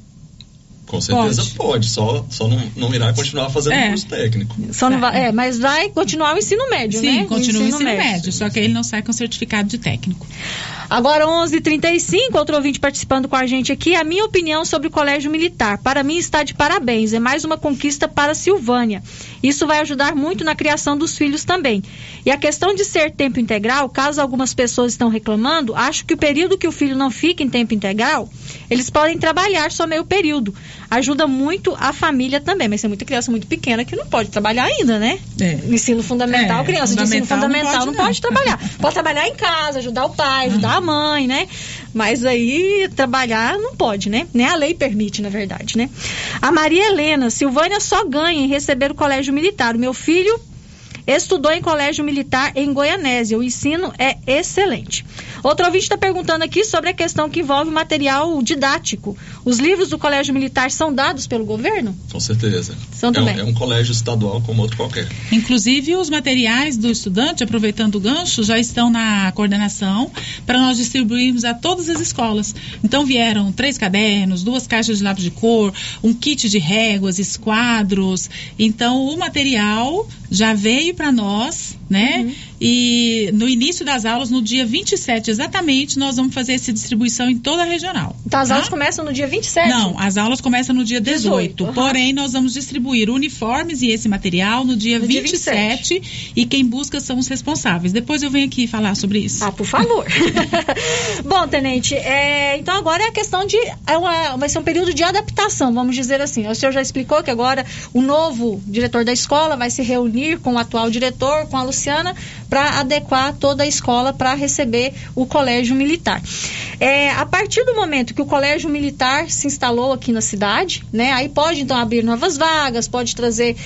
Speaker 17: Com certeza pode, pode só, só não, não irá continuar fazendo o é. curso técnico.
Speaker 2: Só não vai, é, mas vai continuar o ensino médio,
Speaker 18: Sim,
Speaker 2: né?
Speaker 18: Sim, continua o ensino, ensino médio,
Speaker 2: médio,
Speaker 18: só que ele não sai com certificado de técnico.
Speaker 2: Agora, onze e trinta e cinco, outro ouvinte participando com a gente aqui. A minha opinião sobre o Colégio Militar, para mim está de parabéns, é mais uma conquista para a Silvânia. Isso vai ajudar muito na criação dos filhos também. E a questão de ser tempo integral, caso algumas pessoas estão reclamando, acho que o período que o filho não fica em tempo integral, eles podem trabalhar só meio período. Ajuda muito a família também, mas tem muita criança muito pequena que não pode trabalhar ainda, né? É. Ensino fundamental, é, criança fundamental de ensino fundamental não pode, não pode trabalhar. Pode trabalhar em casa, ajudar o pai, ajudar ah. a mãe, né? Mas aí trabalhar não pode, né? Nem a lei permite, na verdade, né? A Maria Helena, Silvânia só ganha em receber o Colégio Militar. O meu filho estudou em colégio militar em Goianésia. O ensino é excelente. Outro ouvinte está perguntando aqui sobre a questão que envolve material didático. Os livros do colégio militar são dados pelo governo?
Speaker 17: Com certeza.
Speaker 2: São também.
Speaker 17: É, um, é um colégio estadual como outro qualquer.
Speaker 18: Inclusive, os materiais do estudante, aproveitando o gancho, já estão na coordenação para nós distribuirmos a todas as escolas. Então, vieram três cadernos, duas caixas de lápis de cor, um kit de réguas, esquadros. Então, o material já veio para nós, né? Uhum. E no início das aulas, no dia vinte e sete exatamente, nós vamos fazer essa distribuição em toda a regional.
Speaker 2: Então as
Speaker 18: tá?
Speaker 2: aulas começam no dia vinte e sete?
Speaker 18: Não, as aulas começam no dia dezoito. dezoito.
Speaker 2: Uhum.
Speaker 18: Porém, nós vamos distribuir uniformes e esse material no dia no vinte e sete, dia vinte e sete, e quem busca são os responsáveis. Depois eu venho aqui falar sobre isso.
Speaker 2: Ah, por favor. Bom, tenente, é, então agora é a questão de é uma, vai ser um período de adaptação, vamos dizer assim. O senhor já explicou que agora o novo diretor da escola vai se reunir com o atual diretor, com a Luciana, para adequar toda a escola para receber o colégio militar. É, a partir do momento que o colégio militar se instalou aqui na cidade, né, aí pode então abrir novas vagas, pode trazer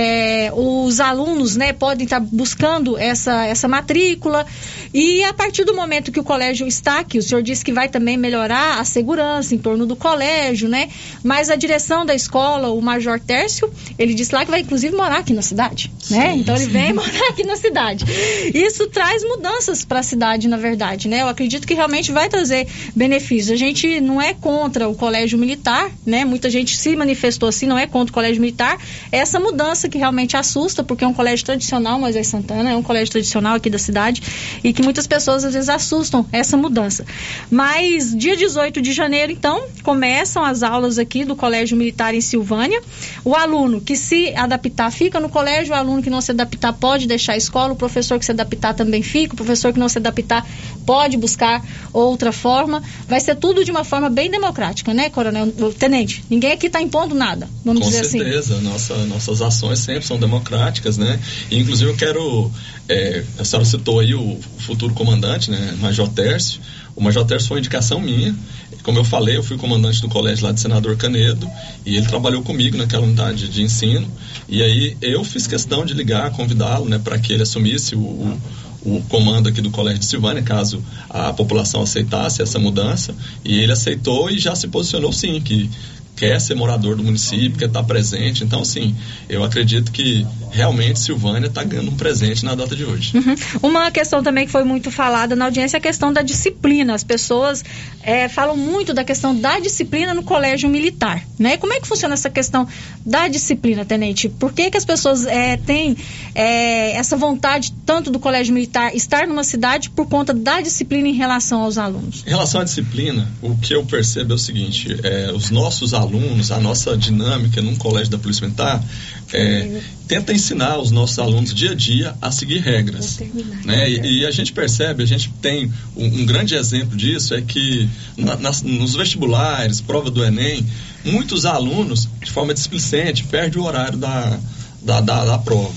Speaker 2: é, os alunos, né, podem estar buscando essa, essa matrícula, e a partir do momento que o colégio está aqui, o senhor disse que vai também melhorar a segurança em torno do colégio, né, mas a direção da escola, o Major Tércio, ele disse lá que vai inclusive morar aqui na cidade, sim, né, então sim. Ele vem morar aqui na cidade. Isso traz mudanças para a cidade, na verdade, né? Eu acredito que realmente vai trazer benefícios. A gente não é contra o colégio militar, né? Muita gente se manifestou assim, não é contra o colégio militar. Essa mudança que realmente assusta, porque é um colégio tradicional, Moisés Santana, é um colégio tradicional aqui da cidade, e que muitas pessoas às vezes assustam essa mudança. Mas dia dezoito de janeiro, então, começam as aulas aqui do Colégio Militar em Silvânia. O aluno que se adaptar fica no colégio, o aluno que não se adaptar pode deixar a escola, o professor que se adaptar também fica, o professor que não se adaptar pode buscar outra forma. Vai ser tudo de uma forma bem democrática, né, Coronel? Tenente, ninguém aqui está impondo nada, vamos
Speaker 17: Com
Speaker 2: dizer assim.
Speaker 17: Com certeza, Nossa, nossas ações sempre são democráticas, né? E, inclusive eu quero, é, a senhora citou aí o futuro comandante, né, Major Tércio. O Major Tércio foi uma indicação minha. Como eu falei, eu fui comandante do colégio lá de Senador Canedo e ele trabalhou comigo naquela unidade de ensino, e aí eu fiz questão de ligar, convidá-lo, né, para que ele assumisse o, o, o comando aqui do Colégio de Silvânia, caso a população aceitasse essa mudança, e ele aceitou e já se posicionou sim, que quer ser morador do município, quer estar presente. Então, assim, eu acredito que realmente Silvânia está ganhando um presente na data de hoje.
Speaker 2: Uhum. Uma questão também que foi muito falada na audiência é a questão da disciplina. As pessoas é, falam muito da questão da disciplina no colégio militar, né? Como é que funciona essa questão da disciplina, tenente? Por que que as pessoas é, têm é, essa vontade tanto do colégio militar estar numa cidade por conta da disciplina em relação aos alunos?
Speaker 17: Em relação à disciplina, o que eu percebo é o seguinte, é, os nossos alunos alunos, a nossa dinâmica num colégio da Polícia Militar é, tenta ensinar os nossos alunos dia a dia a seguir regras, né? E, e a gente percebe, a gente tem um, um grande exemplo disso, é que na, nas, nos vestibulares, prova do Enem, muitos alunos, de forma displicente, perdem o horário da, da, da, da prova.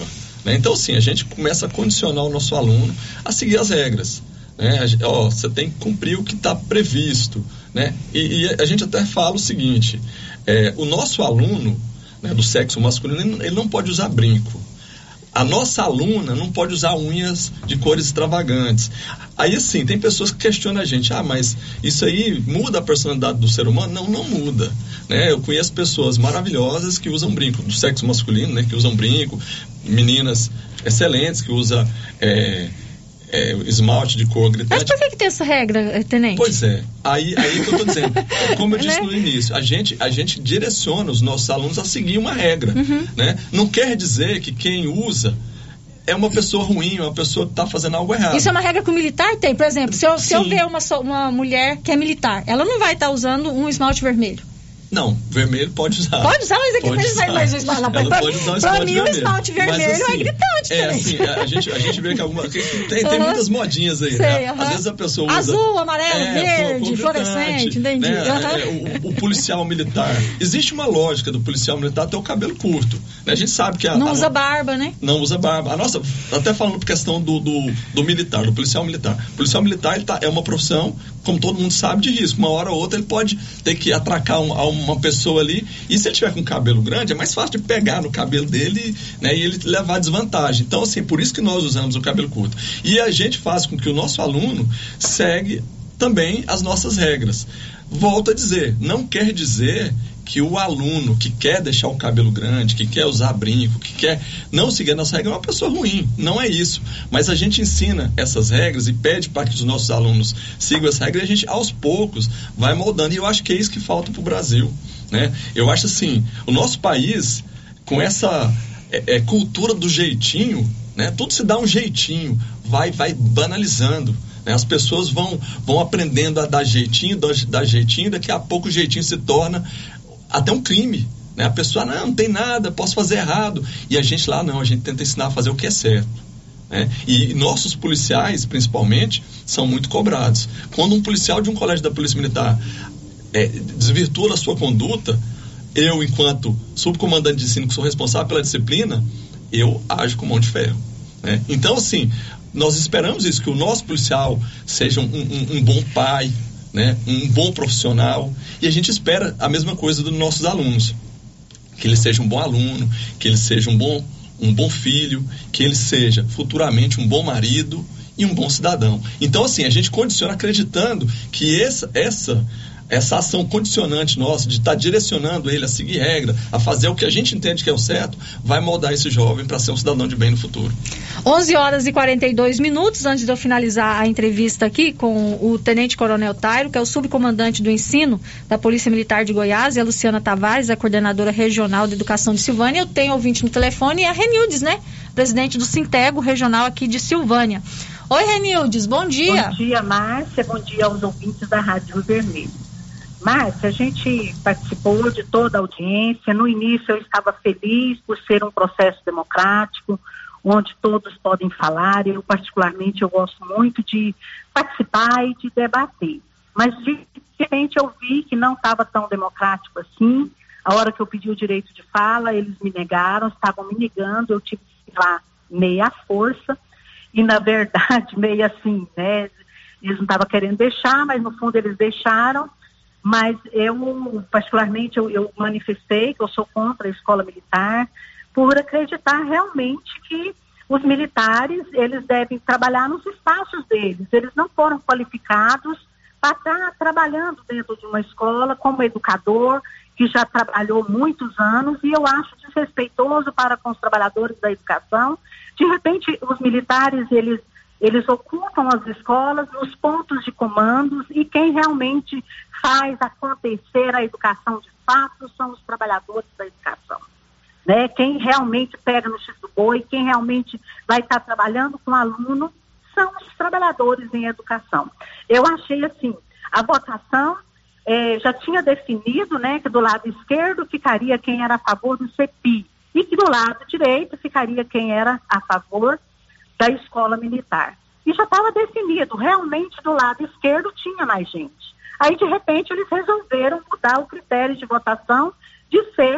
Speaker 17: Né? Então, assim, a gente começa a condicionar o nosso aluno a seguir as regras. Né? Ó, você tem que cumprir o que está previsto. Né? E, e a gente até fala o seguinte, é, o nosso aluno, né, do sexo masculino, ele não pode usar brinco. A nossa aluna não pode usar unhas de cores extravagantes. Aí, assim, tem pessoas que questionam a gente, ah, mas isso aí muda a personalidade do ser humano? Não, não muda. Né? Eu conheço pessoas maravilhosas que usam brinco, do sexo masculino, né, que usam brinco, meninas excelentes que usam é, é, esmalte de cor gritante.
Speaker 2: Mas por que, que tem essa regra, tenente?
Speaker 17: Pois é, aí, aí que eu estou dizendo, como eu disse no início, a gente, a gente direciona os nossos alunos a seguir uma regra, uhum. né? Não quer dizer que quem usa é uma pessoa ruim, uma pessoa que está fazendo algo errado.
Speaker 2: Isso é uma regra que o militar tem, por exemplo, se eu, se eu ver uma, uma mulher que é militar, ela não vai estar tá usando um esmalte vermelho.
Speaker 17: Não, vermelho pode usar.
Speaker 2: Pode usar, mas aqui
Speaker 17: pode
Speaker 2: usar. Mais o esmalte.
Speaker 17: Ela
Speaker 2: pra,
Speaker 17: pode usar o
Speaker 2: pra
Speaker 17: esmalte
Speaker 2: mim
Speaker 17: vermelho.
Speaker 2: o esmalte vermelho mas, assim, é gritante
Speaker 17: é,
Speaker 2: também.
Speaker 17: Assim, a, gente, a gente vê que alguma, tem, tem uhum. muitas modinhas aí,
Speaker 2: Sei,
Speaker 17: né?
Speaker 2: Uhum.
Speaker 17: Às vezes a pessoa usa...
Speaker 2: Azul, amarelo,
Speaker 17: é,
Speaker 2: verde, fluorescente, entendi.
Speaker 17: Né?
Speaker 2: Uhum.
Speaker 17: É, o, o policial militar. Existe uma lógica do policial militar ter o cabelo curto. Né? A gente sabe que... A,
Speaker 2: não
Speaker 17: a,
Speaker 2: usa barba, né?
Speaker 17: Não usa barba. A nossa, até falando por questão do, do, do militar, do policial militar. O policial militar ele tá, é uma profissão, como todo mundo sabe, de risco. Uma hora ou outra ele pode ter que atracar um, uma pessoa ali, e se ele tiver com cabelo grande, é mais fácil de pegar no cabelo dele, né, e ele levar desvantagem. Então, assim, por isso que nós usamos o cabelo curto. E a gente faz com que o nosso aluno segue também as nossas regras. Volto a dizer, não quer dizer que o aluno que quer deixar o cabelo grande, que quer usar brinco, que quer não seguir a nossa regra, é uma pessoa ruim. Não é isso. Mas a gente ensina essas regras e pede para que os nossos alunos sigam essa regra e a gente, aos poucos, vai moldando. E eu acho que é isso que falta para o Brasil. Né? Eu acho assim, o nosso país, com essa é, é, cultura do jeitinho, né? Tudo se dá um jeitinho, vai, vai banalizando. Né? As pessoas vão, vão aprendendo a dar jeitinho, dar, dar jeitinho, daqui a pouco o jeitinho se torna até um crime. Né? A pessoa, não, não tem nada, posso fazer errado. E a gente lá, não, a gente tenta ensinar a fazer o que é certo. Né? E nossos policiais, principalmente, são muito cobrados. Quando um policial de um colégio da Polícia Militar É, desvirtua a sua conduta, eu, enquanto subcomandante de ensino, que sou responsável pela disciplina, eu ajo com mão de ferro. Né? Então, assim, nós esperamos isso, que o nosso policial seja um, um, um bom pai, né? Um bom profissional, e a gente espera a mesma coisa dos nossos alunos, que ele seja um bom aluno, que ele seja um bom, um bom filho, que ele seja futuramente um bom marido e um bom cidadão. Então, assim, a gente condiciona acreditando que essa, essa essa ação condicionante nossa de estar tá direcionando ele a seguir regra, a fazer o que a gente entende que é o certo, vai moldar esse jovem para ser um cidadão de bem no futuro.
Speaker 2: onze horas e quarenta e dois minutos, antes de eu finalizar a entrevista aqui com o Tenente Coronel Tairo, que é o subcomandante do ensino da Polícia Militar de Goiás, e a Luciana Tavares, a coordenadora regional de educação de Silvânia. Eu tenho ouvinte no telefone e a Renildes, né? Presidente do Sintego regional aqui de Silvânia. Oi, Renildes, bom dia.
Speaker 19: Bom dia, Márcia, bom dia aos ouvintes da Rádio Vermelho. Márcia, a gente participou de toda a audiência. No início eu estava feliz por ser um processo democrático, onde todos podem falar. Eu, particularmente, eu gosto muito de participar e de debater. Mas, de repente, eu vi que não estava tão democrático assim. A hora que eu pedi o direito de fala, eles me negaram, estavam me negando, eu tive que ir lá meia força. E, na verdade, meio assim, né? Eles não estavam querendo deixar, mas, no fundo, eles deixaram. Mas eu, particularmente, eu, eu manifestei que eu sou contra a escola militar por acreditar realmente que os militares, eles devem trabalhar nos espaços deles. Eles não foram qualificados para estar trabalhando dentro de uma escola como educador, que já trabalhou muitos anos, e eu acho desrespeitoso para com os trabalhadores da educação. De repente, os militares, eles... Eles ocupam as escolas nos pontos de comandos, e quem realmente faz acontecer a educação de fato são os trabalhadores da educação. Né? Quem realmente pega no X do boi, quem realmente vai estar trabalhando com o aluno são os trabalhadores em educação. Eu achei assim, a votação eh, já tinha definido, né, que do lado esquerdo ficaria quem era a favor do C P I e que do lado direito ficaria quem era a favor da escola militar. E já estava definido, realmente do lado esquerdo tinha mais gente. Aí, de repente, eles resolveram mudar o critério de votação de ser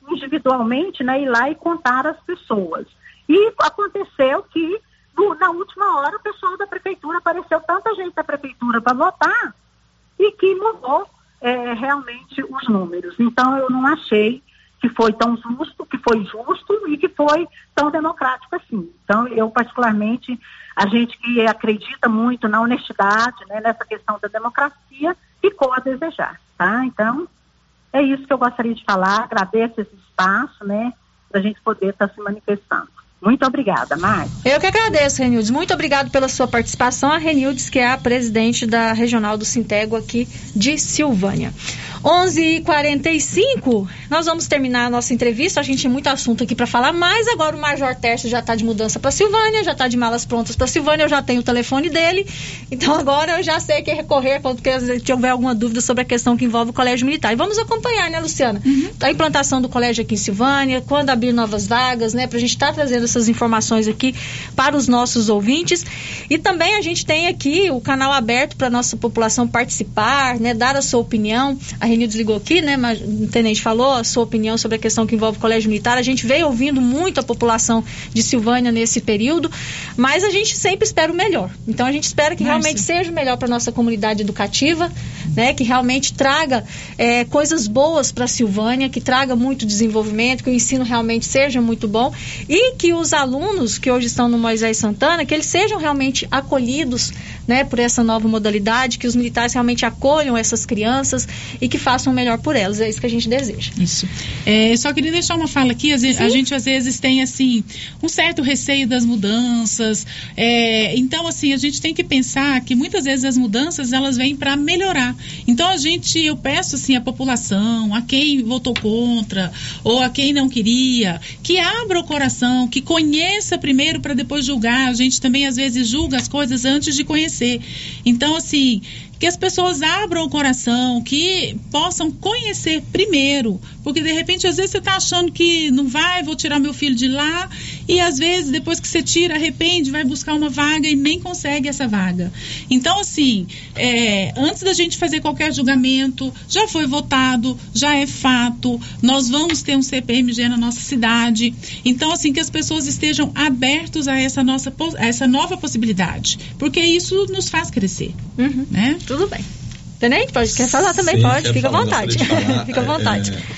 Speaker 19: individualmente, né, ir lá e contar às pessoas. E aconteceu que, no, na última hora, o pessoal da prefeitura, apareceu tanta gente da prefeitura para votar, e que mudou é, realmente os números. Então, eu não achei que foi tão justo, que foi justo e que foi tão democrático assim. Então, eu particularmente, a gente que acredita muito na honestidade, né, nessa questão da democracia, ficou a desejar, tá? Então, é isso que eu gostaria de falar, agradeço esse espaço, né, para a gente poder estar tá se manifestando. Muito obrigada, Márcia.
Speaker 2: Eu que agradeço, Renildes. Muito obrigado pela sua participação. A Renildes, que é a presidente da Regional do Sintego aqui de Silvânia. onze e quarenta e cinco, nós vamos terminar a nossa entrevista. A gente tem muito assunto aqui para falar, mas agora o Major Tércio já está de mudança para Silvânia, já está de malas prontas para Silvânia, eu já tenho o telefone dele, então agora eu já sei que recorrer quando tiver alguma dúvida sobre a questão que envolve o Colégio Militar. E vamos acompanhar, né, Luciana? Uhum. A implantação do colégio aqui em Silvânia, quando abrir novas vagas, né, para a gente estar tá trazendo essas informações aqui para os nossos ouvintes. E também a gente tem aqui o canal aberto para a nossa população participar, né, dar a sua opinião. A Renildes ligou aqui, né, mas o tenente falou a sua opinião sobre a questão que envolve o Colégio Militar. A gente veio ouvindo muito a população de Silvânia nesse período, mas a gente sempre espera o melhor. Então a gente espera que Márcia. realmente seja o melhor para a nossa comunidade educativa, né, que realmente traga é, coisas boas para Silvânia, que traga muito desenvolvimento, que o ensino realmente seja muito bom e que os alunos que hoje estão no Moisés Santana, que eles sejam realmente acolhidos, né, por essa nova modalidade, que os militares realmente acolham essas crianças e que façam o melhor por elas. É isso que a gente deseja.
Speaker 18: Isso. É, só queria deixar uma fala aqui. A, a gente às vezes tem assim um certo receio das mudanças. É, então assim a gente tem que pensar que muitas vezes as mudanças elas vêm para melhorar. Então a gente, eu peço assim a população, a quem votou contra ou a quem não queria, que abra o coração, que conheça primeiro para depois julgar. A gente também às vezes julga as coisas antes de conhecer. Então assim, que as pessoas abram o coração, que possam conhecer primeiro, porque de repente às vezes você está achando que não vai, vou tirar meu filho de lá, e às vezes depois que você tira, arrepende, vai buscar uma vaga e nem consegue essa vaga. Então assim, é, antes da gente fazer qualquer julgamento, já foi votado, já é fato, nós vamos ter um C P M G na nossa cidade, então assim, que as pessoas estejam abertos a essa, nossa, a essa nova possibilidade, porque isso nos faz crescer,
Speaker 2: uhum.
Speaker 18: né?
Speaker 2: Tudo bem. Tenente, pode, quer falar também?
Speaker 17: Sim,
Speaker 2: pode, fica à
Speaker 17: falar,
Speaker 2: vontade. Fica à vontade.
Speaker 17: É,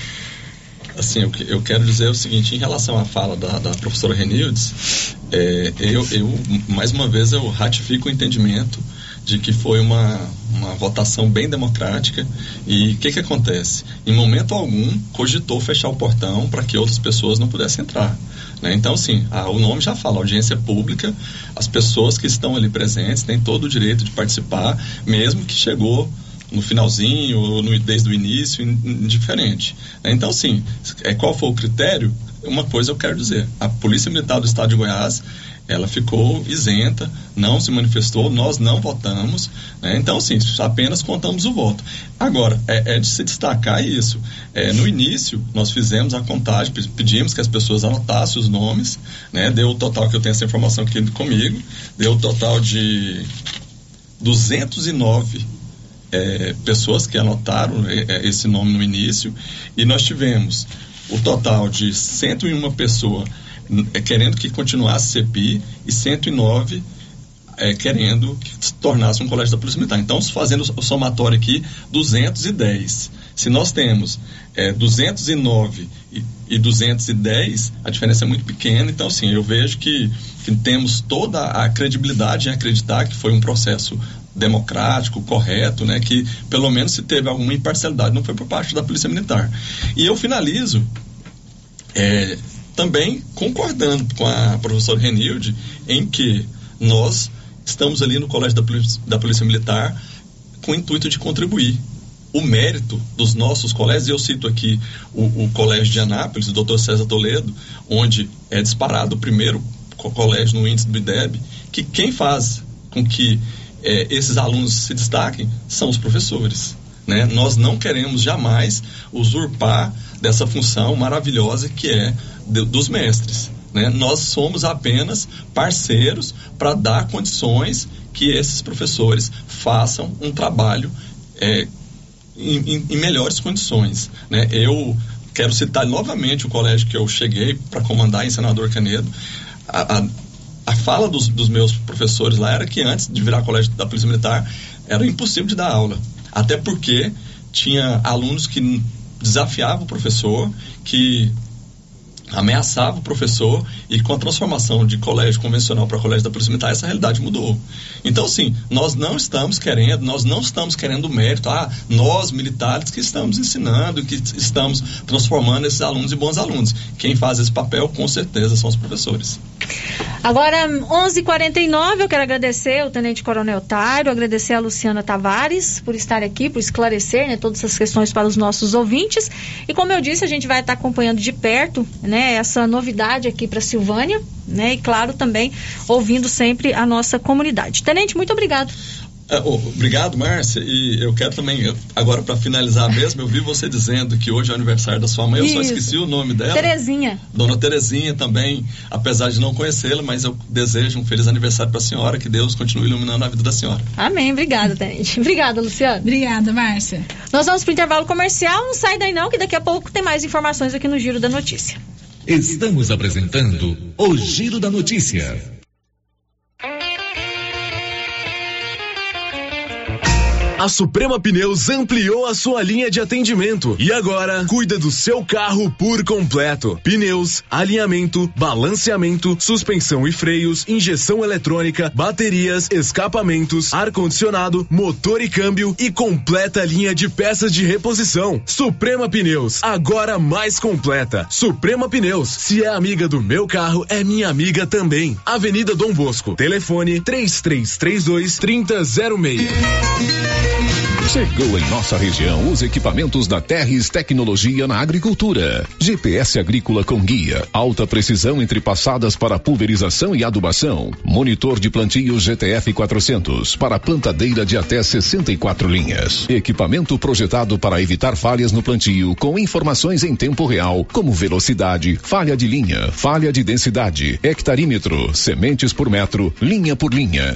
Speaker 17: assim, eu, eu quero dizer o seguinte, em relação à fala da, da professora Renildes, é, eu, eu, mais uma vez, eu ratifico o entendimento de que foi uma, uma votação bem democrática. E o que que acontece? Em momento algum, cogitou fechar o portão para que outras pessoas não pudessem entrar. Né? Então, sim, a, o nome já fala, audiência pública, as pessoas que estão ali presentes têm todo o direito de participar, mesmo que chegou no finalzinho ou no, desde o início, indiferente. Né? Então, sim, é, qual foi o critério? Uma coisa eu quero dizer, a Polícia Militar do Estado de Goiás, ela ficou isenta, não se manifestou, nós não votamos, né? Então sim, apenas contamos o voto. Agora, é, é de se destacar isso, é, no início nós fizemos a contagem, pedimos que as pessoas anotassem os nomes, né? Deu o total, que eu tenho essa informação aqui comigo, deu o total de duzentos e nove é, pessoas que anotaram é, esse nome no início, e nós tivemos o total de cento e uma pessoas querendo que continuasse C P I e cento e nove é, querendo que se tornasse um colégio da Polícia Militar. Então, fazendo o somatório aqui, duzentos e dez. Se nós temos é, duzentos e nove e, e duzentos e dez, a diferença é muito pequena. Então, assim, eu vejo que, que temos toda a credibilidade em acreditar que foi um processo democrático, correto, né, que pelo menos se teve alguma imparcialidade, não foi por parte da Polícia Militar. E eu finalizo é, também concordando com a professora Renilde em que nós estamos ali no Colégio da Polícia, da Polícia Militar com o intuito de contribuir. O mérito dos nossos colégios, e eu cito aqui o, o Colégio de Anápolis, o doutor César Toledo, onde é disparado o primeiro colégio no índice do I D E B, que quem faz com que é, esses alunos se destaquem são os professores. Né? Nós não queremos jamais usurpar dessa função maravilhosa que é de, dos mestres. Né? Nós somos apenas parceiros para dar condições que esses professores façam um trabalho é, em, em, em melhores condições. Né? Eu quero citar novamente o colégio que eu cheguei para comandar em Senador Canedo. A, a, a fala dos, dos meus professores lá era que antes de virar colégio da Polícia Militar era impossível de dar aula, até porque tinha alunos que desafiavam o professor, que ameaçava o professor, e com a transformação de colégio convencional para colégio da Polícia Militar, essa realidade mudou. Então, sim, nós não estamos querendo, nós não estamos querendo mérito, ah, nós militares que estamos ensinando, que estamos transformando esses alunos em bons alunos. Quem faz esse papel, com certeza, são os professores.
Speaker 2: Agora, onze e quarenta e nove, eu quero agradecer o Tenente Coronel Tário, agradecer a Luciana Tavares por estar aqui, por esclarecer, né, todas essas questões para os nossos ouvintes. E como eu disse, a gente vai estar acompanhando de perto, né, essa novidade aqui para Silvânia, né, e claro, também ouvindo sempre a nossa comunidade. Tenente, muito obrigado.
Speaker 17: É, oh, obrigado, Márcia, e eu quero também, eu, agora para finalizar mesmo, eu vi você dizendo que hoje é o aniversário da sua mãe. Eu Isso. só esqueci o nome dela.
Speaker 2: Terezinha.
Speaker 17: Dona Terezinha também, apesar de não conhecê-la, mas eu desejo um feliz aniversário para a senhora, que Deus continue iluminando a vida da senhora.
Speaker 2: Amém, obrigada, Tenente. Obrigada, Luciana.
Speaker 18: Obrigada, Márcia.
Speaker 2: Nós vamos para o intervalo comercial, não sai daí não, que daqui a pouco tem mais informações aqui no Giro da Notícia.
Speaker 3: Estamos apresentando o Giro da Notícia.
Speaker 12: A Suprema Pneus ampliou a sua linha de atendimento e agora cuida do seu carro por completo. Pneus, alinhamento, balanceamento, suspensão e freios, injeção eletrônica, baterias, escapamentos, ar-condicionado, motor e câmbio e completa linha de peças de reposição. Suprema Pneus, agora mais completa. Suprema Pneus, se é amiga do meu carro, é minha amiga também. Avenida Dom Bosco, telefone três três três dois, três zero zero seis.
Speaker 3: Chegou em nossa região os equipamentos da Terres Tecnologia na Agricultura. G P S agrícola com guia, alta precisão entre passadas para pulverização e adubação. Monitor de plantio G T F quatrocentos para plantadeira de até sessenta e quatro linhas. Equipamento projetado para evitar falhas no plantio com informações em tempo real, como velocidade, falha de linha, falha de densidade, hectarímetro, sementes por metro, linha por linha.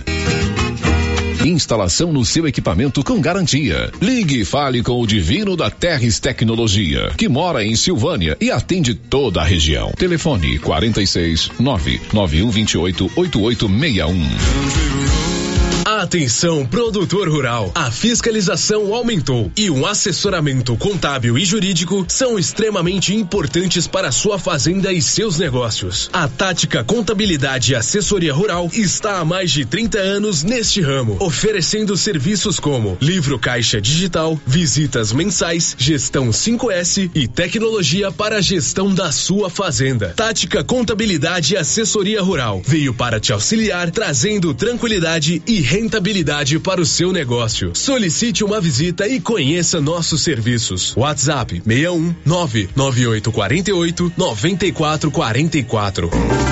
Speaker 3: Instalação no seu equipamento com garantia. Ligue e fale com o Divino da Terres Tecnologia, que mora em Silvânia e atende toda a região. Telefone quarenta e seis, nove nove um dois oito, oito oito seis um.
Speaker 12: Atenção, produtor rural. A fiscalização aumentou e um assessoramento contábil e jurídico são extremamente importantes para sua fazenda e seus negócios. A Tática Contabilidade e Assessoria Rural está há mais de trinta anos neste ramo, oferecendo serviços como livro caixa digital, visitas mensais, gestão cinco S e tecnologia para a gestão da sua fazenda. Tática Contabilidade e Assessoria Rural veio para te auxiliar, trazendo tranquilidade e rentabilidade para o seu negócio. Solicite uma visita e conheça nossos serviços. WhatsApp seis um nove nove oito quatro oito nove quatro quatro quatro.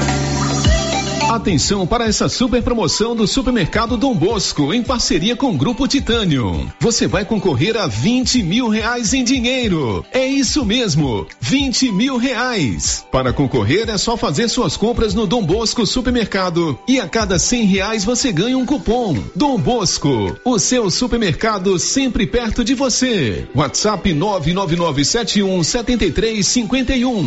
Speaker 3: Atenção para essa super promoção do Supermercado Dom Bosco, em parceria com o Grupo Titânio. Você vai concorrer a vinte mil reais em dinheiro. É isso mesmo, vinte mil reais. Para concorrer é só fazer suas compras no Dom Bosco Supermercado e a cada cem reais você ganha um cupom. Dom Bosco, o seu supermercado sempre perto de você. WhatsApp nove nove nove sete um sete três cinco um.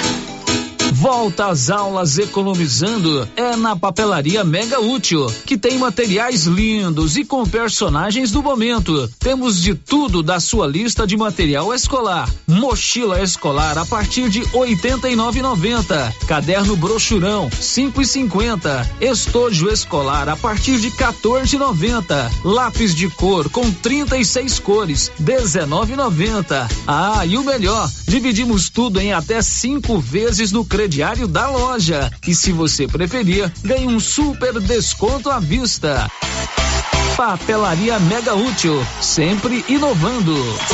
Speaker 4: Volta às aulas economizando é na Papelaria Mega Útil, que tem materiais lindos e com personagens do momento. Temos de tudo da sua lista de material escolar. Mochila escolar a partir de oitenta e nove reais e noventa centavos. Caderno brochurão cinco reais e cinquenta centavos. Estojo escolar a partir de quatorze reais e noventa centavos. Lápis de cor com trinta e seis cores dezenove reais e noventa centavos. Ah, e o melhor, dividimos tudo em até cinco vezes no crediário da loja. E se você preferir, ganhe um super desconto à vista. Papelaria Mega Útil, sempre inovando.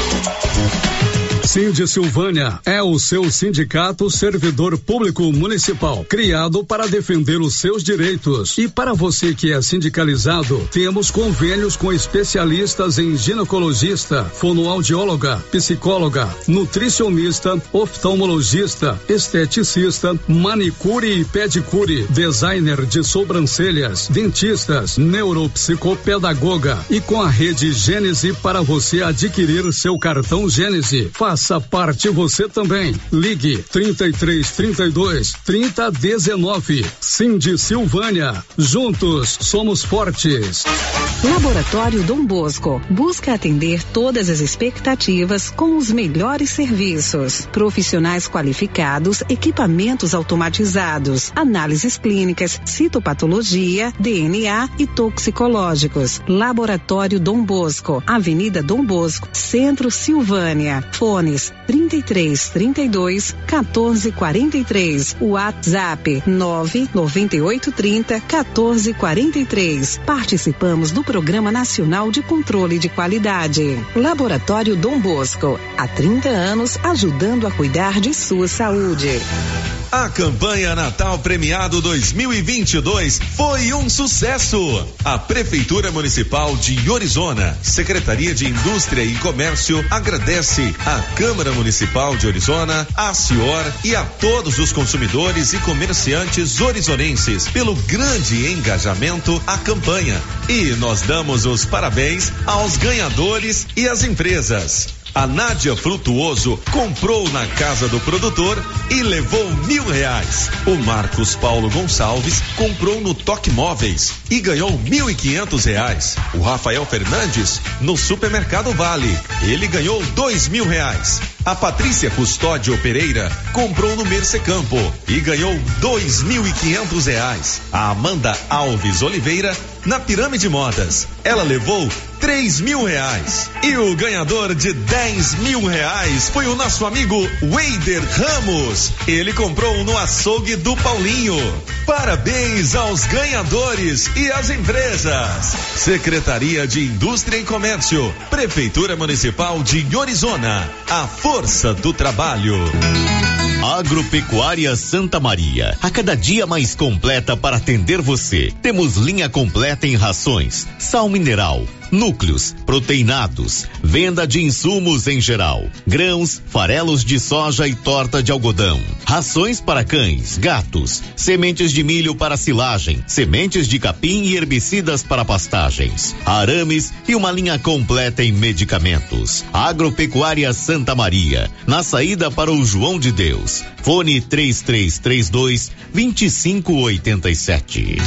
Speaker 11: Sindi Silvânia é o seu sindicato servidor público municipal, criado para defender os seus direitos. E para você que é sindicalizado, temos convênios com especialistas em ginecologista, fonoaudióloga, psicóloga, nutricionista, oftalmologista, esteticista, manicure e pedicure, designer de sobrancelhas, dentistas, neuropsicopedagoga e com a rede Gênese para você adquirir seu cartão Gênese. Faça Faça parte você também. Ligue trinta e três, trinta e dois, trinta, dezenove. Sindi Silvânia. Juntos somos fortes.
Speaker 20: Laboratório Dom Bosco busca atender todas as expectativas com os melhores serviços. Profissionais qualificados, equipamentos automatizados, análises clínicas, citopatologia, D N A e toxicológicos. Laboratório Dom Bosco, Avenida Dom Bosco, Centro Silvânia. Fones trinta e três, trinta e dois, quatorze, quarenta e três. WhatsApp nove nove oito, trinta, quatorze, quarenta e três. Participamos do Programa Nacional de Controle de Qualidade. Laboratório Dom Bosco, há trinta anos ajudando a cuidar de sua saúde.
Speaker 21: A campanha Natal Premiado dois mil e vinte e dois foi um sucesso. A Prefeitura Municipal de Orizona, Secretaria de Indústria e Comércio agradece à Câmara Municipal de Orizona, à Cior e a todos os consumidores e comerciantes orizonenses pelo grande engajamento à campanha. E nós damos os parabéns aos ganhadores e às empresas. A Nádia Frutuoso comprou na casa do produtor e levou mil reais. O Marcos Paulo Gonçalves comprou no Toque Móveis e ganhou mil e quinhentos reais. O Rafael Fernandes no Supermercado Vale, ele ganhou dois mil reais. A Patrícia Custódio Pereira comprou no Mercecampo e ganhou dois mil e quinhentos reais. A Amanda Alves Oliveira na Pirâmide Modas, ela levou três mil reais. E o ganhador de dez mil reais foi o nosso amigo Weider Ramos. Ele comprou no açougue do Paulinho. Parabéns aos ganhadores e às empresas. Secretaria de Indústria e Comércio, Prefeitura Municipal de Orizona. A força do trabalho.
Speaker 22: Agropecuária Santa Maria, a cada dia mais completa para atender você. Temos linha completa em rações, sal mineral, núcleos, proteinados, venda de insumos em geral, grãos, farelos de soja e torta de algodão, rações para cães, gatos, sementes de milho para silagem, sementes de capim e herbicidas para pastagens, arames e uma linha completa em medicamentos. Agropecuária Santa Maria, na saída para o João de Deus. Fone três três três dois, dois cinco oito sete.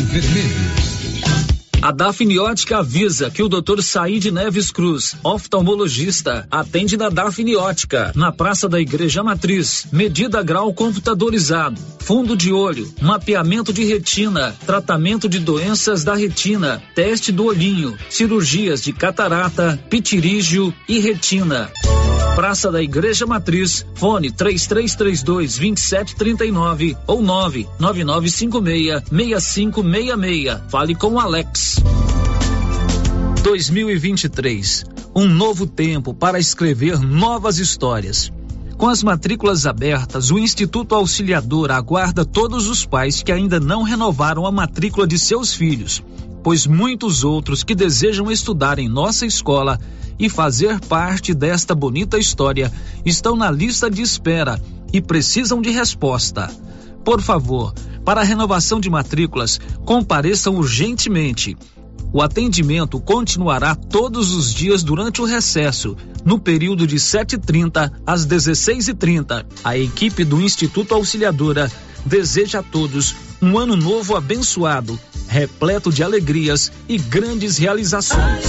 Speaker 4: A Dafniótica avisa que o doutor Saíde Neves Cruz, oftalmologista, atende na Dafniótica, na Praça da Igreja Matriz. Medida grau computadorizado, fundo de olho, mapeamento de retina, tratamento de doenças da retina, teste do olhinho, cirurgias de catarata, pitirígio e retina. Praça da Igreja Matriz, fone três três três dois, dois sete três nove ou nove nove nove cinco seis, seis cinco seis seis. Fale com o Alex. dois mil e vinte e três, um novo tempo para escrever novas histórias. Com as matrículas abertas, o Instituto Auxiliador aguarda todos os pais que ainda não renovaram a matrícula de seus filhos, pois muitos outros que desejam estudar em nossa escola e fazer parte desta bonita história estão na lista de espera e precisam de resposta. Por favor, para a renovação de matrículas, compareçam urgentemente. O atendimento continuará todos os dias durante o recesso, no período de sete e trinta às dezesseis e trinta. A equipe do Instituto Auxiliadora deseja a todos um ano novo abençoado, repleto de alegrias e grandes realizações.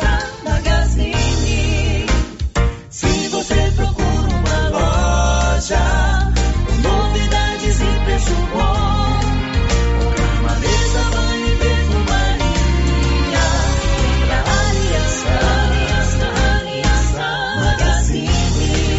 Speaker 23: Se você procura uma loja, novidades e preço bom, uma mesa, banho e perfumaria, pra Aliança, Aliança, Magazine.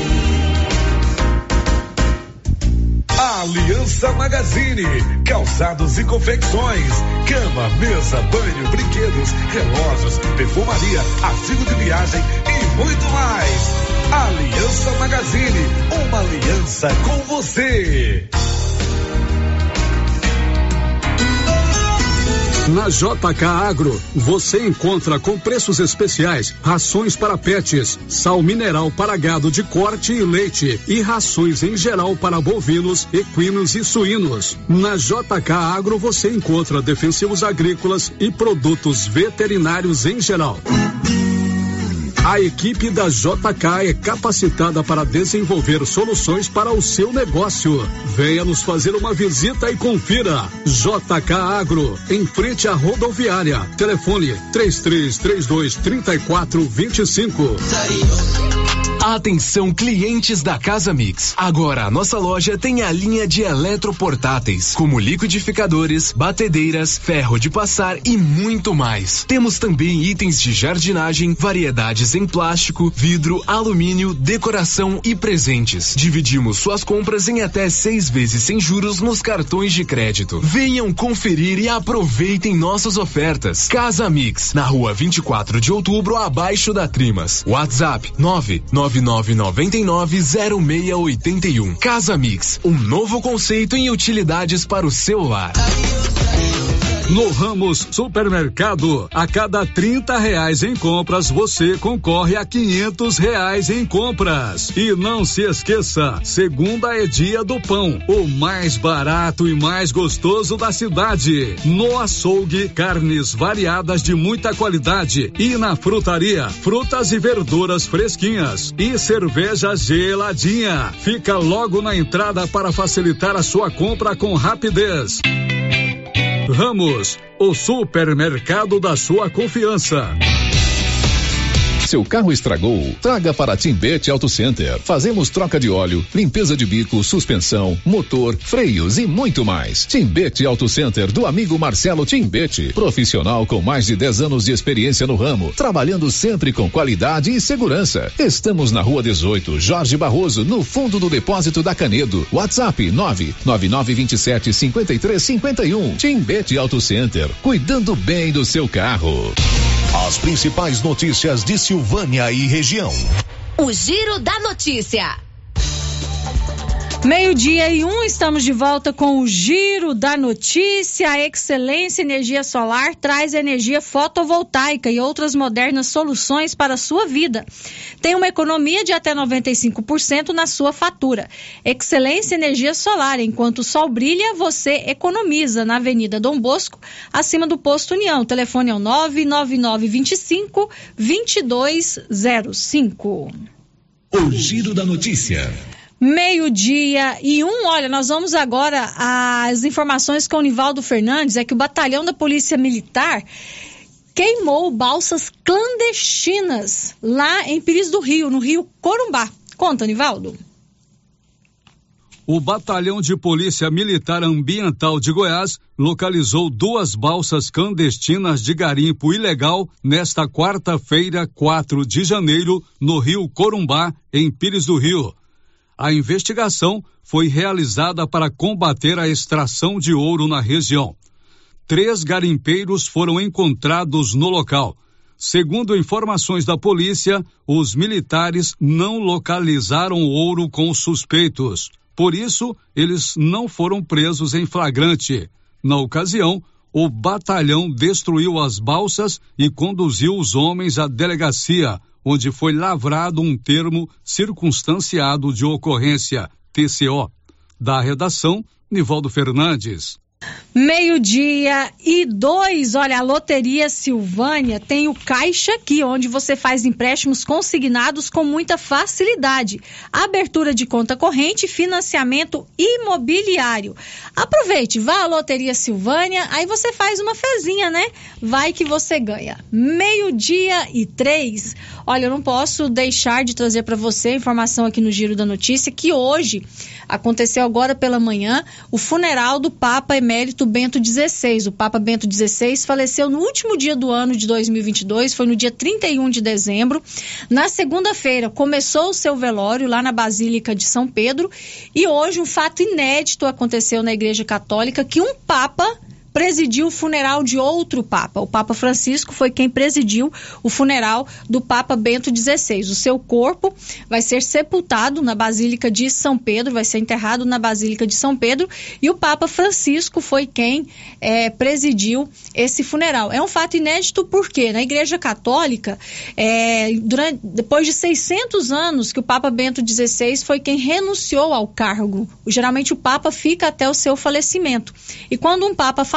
Speaker 24: Aliança Magazine, calçados e confecções, cama, mesa, banho, brinquedos, relógios, perfumaria, artigo de viagem e muito mais. Aliança Magazine, uma aliança com você.
Speaker 11: Na J K Agro, você encontra com preços especiais rações para pets, sal mineral para gado de corte e leite e rações em geral para bovinos, equinos e suínos. Na J K Agro você encontra defensivos agrícolas e produtos veterinários em geral. A equipe da J K é capacitada para desenvolver soluções para o seu negócio. Venha nos fazer uma visita e confira. J K Agro, em frente à rodoviária. Telefone três três três dois, três quatro dois cinco.
Speaker 12: Atenção, clientes da Casa Mix. Agora a nossa loja tem a linha de eletroportáteis, como liquidificadores, batedeiras, ferro de passar e muito mais. Temos também itens de jardinagem, variedades em plástico, vidro, alumínio, decoração e presentes. Dividimos suas compras em até seis vezes sem juros nos cartões de crédito. Venham conferir e aproveitem nossas ofertas. Casa Mix, na rua vinte e quatro de outubro, abaixo da Trimas. WhatsApp nove nove nove nove nove zero seis oito um. Casa Mix, um novo conceito em utilidades para o celular.
Speaker 11: No Ramos Supermercado, a cada trinta reais em compras, você concorre a quinhentos reais em compras. E não se esqueça, segunda é dia do pão, o mais barato e mais gostoso da cidade. No açougue, carnes variadas de muita qualidade. E na frutaria, frutas e verduras fresquinhas. E cerveja geladinha. Fica logo na entrada para facilitar a sua compra com rapidez. Ramos, o supermercado da sua confiança.
Speaker 1: Seu carro estragou? Traga para Timbete Auto Center. Fazemos troca de óleo, limpeza de bico, suspensão, motor, freios e muito mais. Timbete Auto Center do amigo Marcelo Timbete. Profissional com mais de dez anos de experiência no ramo, trabalhando sempre com qualidade e segurança. Estamos na rua dezoito, Jorge Barroso, no fundo do depósito da Canedo. WhatsApp nove nove nove dois sete cinco três cinco um. Timbete Auto Center, cuidando bem do seu carro.
Speaker 21: As principais notícias de Silvânia e região.
Speaker 15: O Giro da Notícia.
Speaker 2: Meio-dia e um, estamos de volta com o Giro da Notícia. A Excelência Energia Solar traz energia fotovoltaica e outras modernas soluções para a sua vida. Tem uma economia de até noventa e cinco por cento na sua fatura. Excelência Energia Solar, enquanto o sol brilha, você economiza. Na Avenida Dom Bosco, acima do Posto União. O telefone é o nove nove nove dois cinco, dois dois zero cinco.
Speaker 21: O Giro da Notícia.
Speaker 2: Meio-dia e um, olha, nós vamos agora às informações com o Nivaldo Fernandes. É que o batalhão da Polícia Militar queimou balsas clandestinas lá em Pires do Rio, no Rio Corumbá. Conta, Nivaldo.
Speaker 11: O Batalhão de Polícia Militar Ambiental de Goiás localizou duas balsas clandestinas de garimpo ilegal nesta quarta-feira, quatro de janeiro, no Rio Corumbá, em Pires do Rio. A investigação foi realizada para combater a extração de ouro na região. Três garimpeiros foram encontrados no local. Segundo informações da polícia, os militares não localizaram ouro com os suspeitos. Por isso, eles não foram presos em flagrante. Na ocasião, o batalhão destruiu as balsas e conduziu os homens à delegacia, onde foi lavrado um termo circunstanciado de ocorrência, T C O. Da redação, Nivaldo Fernandes.
Speaker 2: Meio-dia e dois, olha, a Loteria Silvânia tem o Caixa Aqui, onde você faz empréstimos consignados com muita facilidade. Abertura de conta corrente, financiamento imobiliário. Aproveite, vá à Loteria Silvânia, aí você faz uma fezinha, né? Vai que você ganha. Meio-dia e três, olha, eu não posso deixar de trazer para você a informação aqui no Giro da Notícia que hoje aconteceu agora pela manhã o funeral do Papa Emérito Bento dezesseis. O Papa Bento dezesseis faleceu no último dia do ano de dois mil e vinte e dois, foi no dia trinta e um de dezembro. Na segunda-feira começou o seu velório lá na Basílica de São Pedro e hoje um fato inédito aconteceu na Igreja Católica, que um Papa presidiu o funeral de outro Papa. O Papa Francisco foi quem presidiu o funeral do Papa Bento dezesseis. O seu corpo vai ser sepultado na Basílica de São Pedro, vai ser enterrado na Basílica de São Pedro, e o Papa Francisco foi quem é, presidiu esse funeral. É um fato inédito porque na Igreja Católica, é, durante, depois de seiscentos anos que o Papa Bento dezesseis foi quem renunciou ao cargo. Geralmente o Papa fica até o seu falecimento. E quando um Papa falece,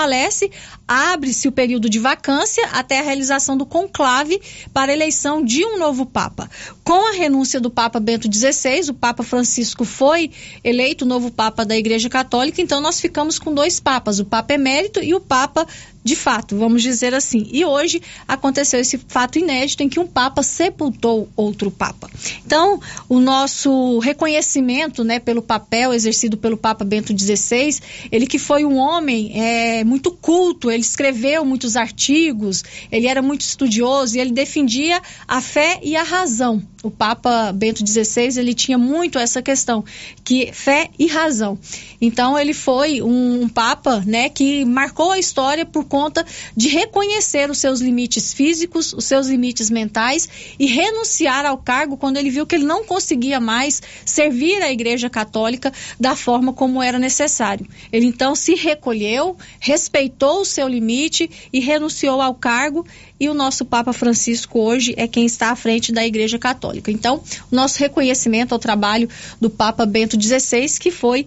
Speaker 2: falece, abre-se o período de vacância até a realização do conclave para a eleição de um novo Papa. Com a renúncia do Papa Bento dezesseis, o Papa Francisco foi eleito o novo Papa da Igreja Católica, então nós ficamos com dois Papas, o Papa Emérito e o Papa de fato, vamos dizer assim. E hoje aconteceu esse fato inédito em que um Papa sepultou outro Papa. Então, o nosso reconhecimento, né, pelo papel exercido pelo Papa Bento dezesseis, ele que foi um homem é, muito culto, ele escreveu muitos artigos, ele era muito estudioso e ele defendia a fé e a razão. O Papa Bento dezesseis, ele tinha muito essa questão, que fé e razão. Então, ele foi um, um Papa, né, que marcou a história por conta de reconhecer os seus limites físicos, os seus limites mentais e renunciar ao cargo quando ele viu que ele não conseguia mais servir a Igreja Católica da forma como era necessário. Ele então se recolheu, respeitou o seu limite e renunciou ao cargo, e o nosso Papa Francisco hoje é quem está à frente da Igreja Católica. Então, o nosso reconhecimento ao trabalho do Papa Bento dezesseis, que foi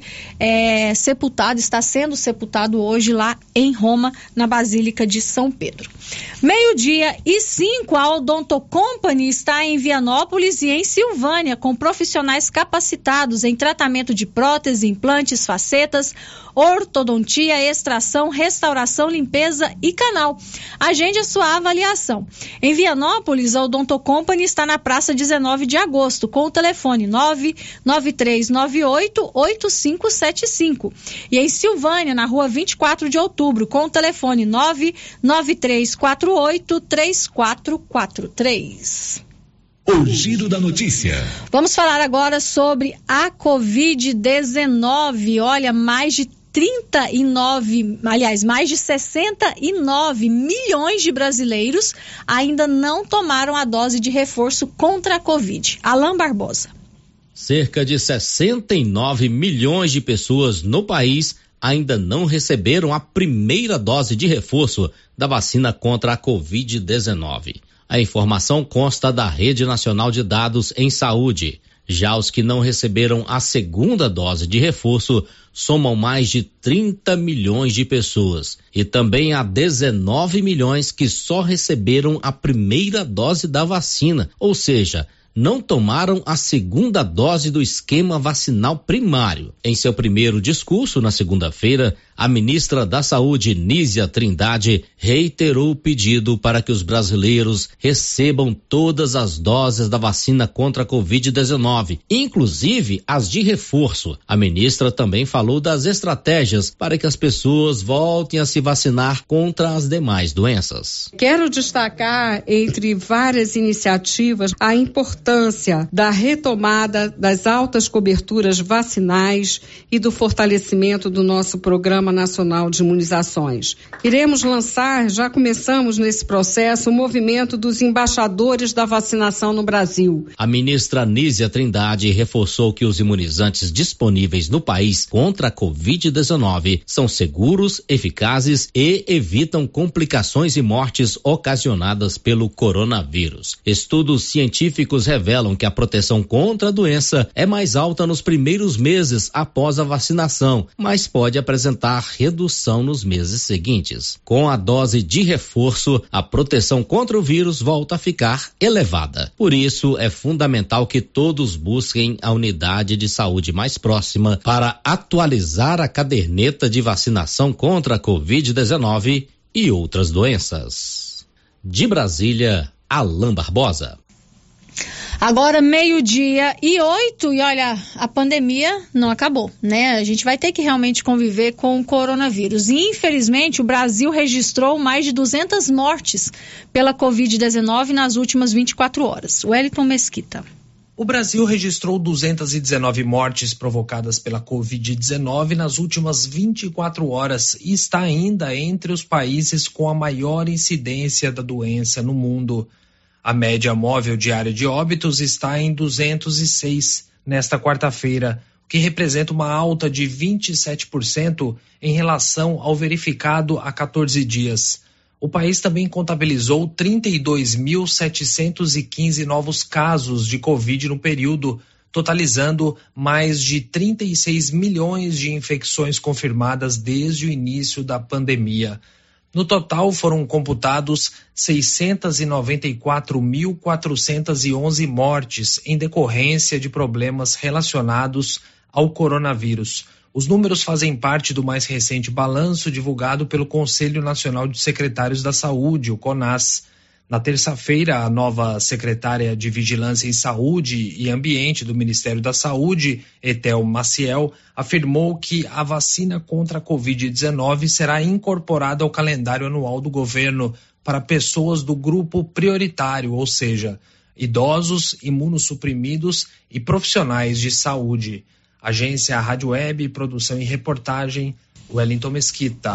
Speaker 2: é, sepultado, está sendo sepultado hoje lá em Roma, na Basílica de São Pedro. Meio-dia e cinco, a Odonto Company está em Vianópolis e em Silvânia, com profissionais capacitados em tratamento de prótese, implantes, facetas, ortodontia, extração, restauração, limpeza e canal. Agende a sua avaliação. Em Vianópolis, a Odonto Company está na Praça dezenove de agosto, com o telefone nove nove três nove oito oito cinco sete cinco. E em Silvânia, na Rua vinte e quatro de outubro, com o telefone nove nove três quatro oito três quatro quatro três.
Speaker 21: O Giro da Notícia.
Speaker 2: Vamos falar agora sobre a covid dezenove. Olha, mais de trinta e nove, aliás, mais de sessenta e nove milhões de brasileiros ainda não tomaram a dose de reforço contra a Covid. Alain Barbosa.
Speaker 5: Cerca de sessenta e nove milhões de pessoas no país ainda não receberam a primeira dose de reforço da vacina contra a covid dezenove. A informação consta da Rede Nacional de Dados em Saúde. Já os que não receberam a segunda dose de reforço somam mais de trinta milhões de pessoas. E também há dezenove milhões que só receberam a primeira dose da vacina, ou seja, não tomaram a segunda dose do esquema vacinal primário. Em seu primeiro discurso, na segunda-feira, a ministra da Saúde, Nízia Trindade, reiterou o pedido para que os brasileiros recebam todas as doses da vacina contra a covid dezenove, inclusive as de reforço. A ministra também falou das estratégias para que as pessoas voltem a se vacinar contra as demais doenças.
Speaker 6: Quero destacar, entre várias iniciativas, a importância da retomada das altas coberturas vacinais e do fortalecimento do nosso programa Nacional de Imunizações. Iremos lançar, já começamos nesse processo, o movimento dos embaixadores da vacinação no Brasil.
Speaker 5: A ministra Nízia Trindade reforçou que os imunizantes disponíveis no país contra a covid dezenove são seguros, eficazes e evitam complicações e mortes ocasionadas pelo coronavírus. Estudos científicos revelam que a proteção contra a doença é mais alta nos primeiros meses após a vacinação, mas pode apresentar redução nos meses seguintes. Com a dose de reforço, a proteção contra o vírus volta a ficar elevada. Por isso, é fundamental que todos busquem a unidade de saúde mais próxima para atualizar a caderneta de vacinação contra a covid dezenove e outras doenças. De Brasília, Alain Barbosa.
Speaker 2: Agora meio-dia e oito, e olha, a pandemia não acabou, né? A gente vai ter que realmente conviver com o coronavírus. E, infelizmente, o Brasil registrou mais de duzentas mortes pela covid dezenove nas últimas vinte e quatro horas. Wellington Mesquita.
Speaker 8: O Brasil registrou duzentas e dezenove mortes provocadas pela covid dezenove nas últimas vinte e quatro horas e está ainda entre os países com a maior incidência da doença no mundo. A média móvel diária de óbitos está em duzentos e seis nesta quarta-feira, o que representa uma alta de vinte e sete por cento em relação ao verificado há quatorze dias. O país também contabilizou trinta e dois mil setecentos e quinze novos casos de Covid no período, totalizando mais de trinta e seis milhões de infecções confirmadas desde o início da pandemia. No total, foram computados seiscentos e noventa e quatro mil quatrocentos e onze mortes em decorrência de problemas relacionados ao coronavírus. Os números fazem parte do mais recente balanço divulgado pelo Conselho Nacional de Secretários da Saúde, o CONAS. Na terça-feira, a nova secretária de Vigilância em Saúde e Ambiente do Ministério da Saúde, Etel Maciel, afirmou que a vacina contra a covid dezenove será incorporada ao calendário anual do governo para pessoas do grupo prioritário, ou seja, idosos, imunossuprimidos e profissionais de saúde. Agência Rádio Web, produção e reportagem, Wellington Mesquita.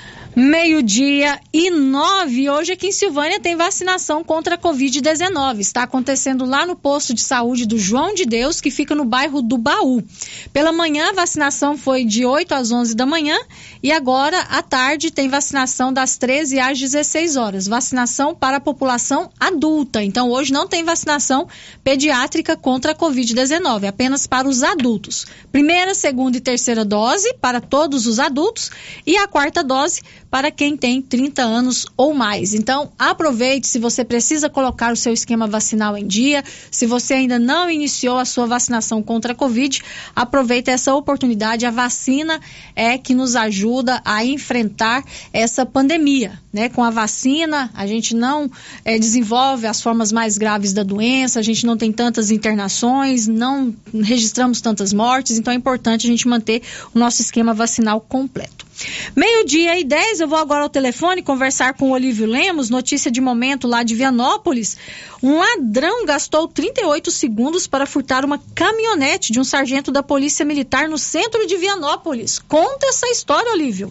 Speaker 2: Meio-dia e nove. Hoje aqui em Silvânia tem vacinação contra a covid dezenove. Está acontecendo lá no posto de saúde do João de Deus, que fica no bairro do Baú. Pela manhã, a vacinação foi de oito às onze da manhã e agora, à tarde, tem vacinação das treze às dezesseis horas. Vacinação para a população adulta. Então, hoje não tem vacinação pediátrica contra a covid dezenove, apenas para os adultos. Primeira, segunda e terceira dose para todos os adultos e a quarta dose para quem tem trinta anos ou mais. Então, aproveite, se você precisa colocar o seu esquema vacinal em dia, se você ainda não iniciou a sua vacinação contra a Covid, aproveite essa oportunidade. A vacina é que nos ajuda a enfrentar essa pandemia, né? Com a vacina, a gente não é, desenvolve as formas mais graves da doença, a gente não tem tantas internações, não registramos tantas mortes, então é importante a gente manter o nosso esquema vacinal completo. Meio-dia e dez, eu vou agora ao telefone conversar com o Olívio Lemos, notícia de momento lá de Vianópolis. Um ladrão gastou trinta e oito segundos para furtar uma caminhonete de um sargento da Polícia Militar no centro de Vianópolis. Conta essa história, Olívio.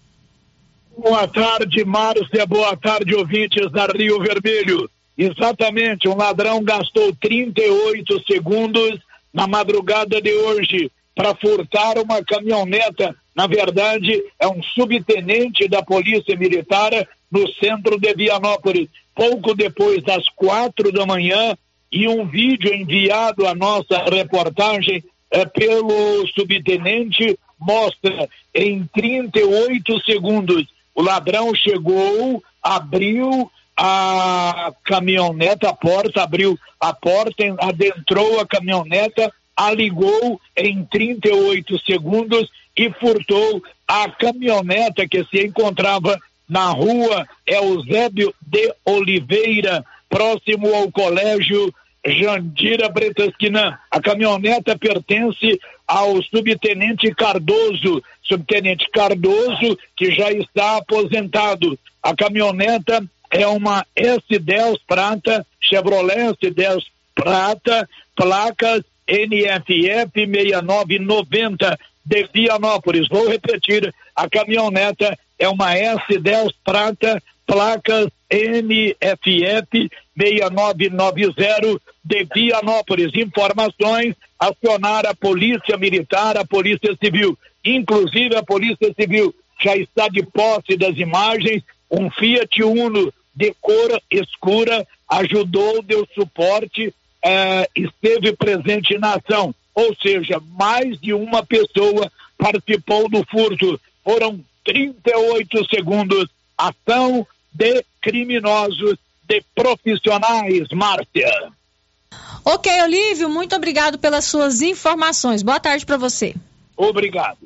Speaker 9: Boa tarde, Márcia. Boa tarde, ouvintes da Rio Vermelho. Exatamente, um ladrão gastou trinta e oito segundos na madrugada de hoje para furtar uma caminhoneta. Na verdade, é um subtenente da Polícia Militar no centro de Vianópolis. Pouco depois das quatro da manhã, e um vídeo enviado à nossa reportagem eh, pelo subtenente mostra em trinta e oito segundos o ladrão chegou, abriu a caminhoneta, a porta, abriu a porta, adentrou a caminhoneta, a ligou em trinta e oito segundos e furtou a caminhoneta que se encontrava na rua Eusébio de Oliveira, próximo ao colégio Jandira Bretasquinã. A caminhoneta pertence ao subtenente Cardoso, subtenente Cardoso, que já está aposentado. A caminhoneta é uma S dez Prata, Chevrolet S dez Prata, placas N F F seis nove nove zero de Vianópolis. Vou repetir, a caminhoneta é uma S dez Prata, placas N F F seis nove nove zero de Vianópolis. Informações, acionar a Polícia Militar, a Polícia Civil. Inclusive a Polícia Civil já está de posse das imagens. Um Fiat Uno de cor escura ajudou, deu suporte, eh, esteve presente na ação. Ou seja, mais de uma pessoa participou do furto. Foram trinta e oito segundos. Ação de criminosos, de profissionais, Márcia.
Speaker 2: Ok, Olívio, muito obrigado pelas suas informações. Boa tarde para você.
Speaker 9: Obrigado.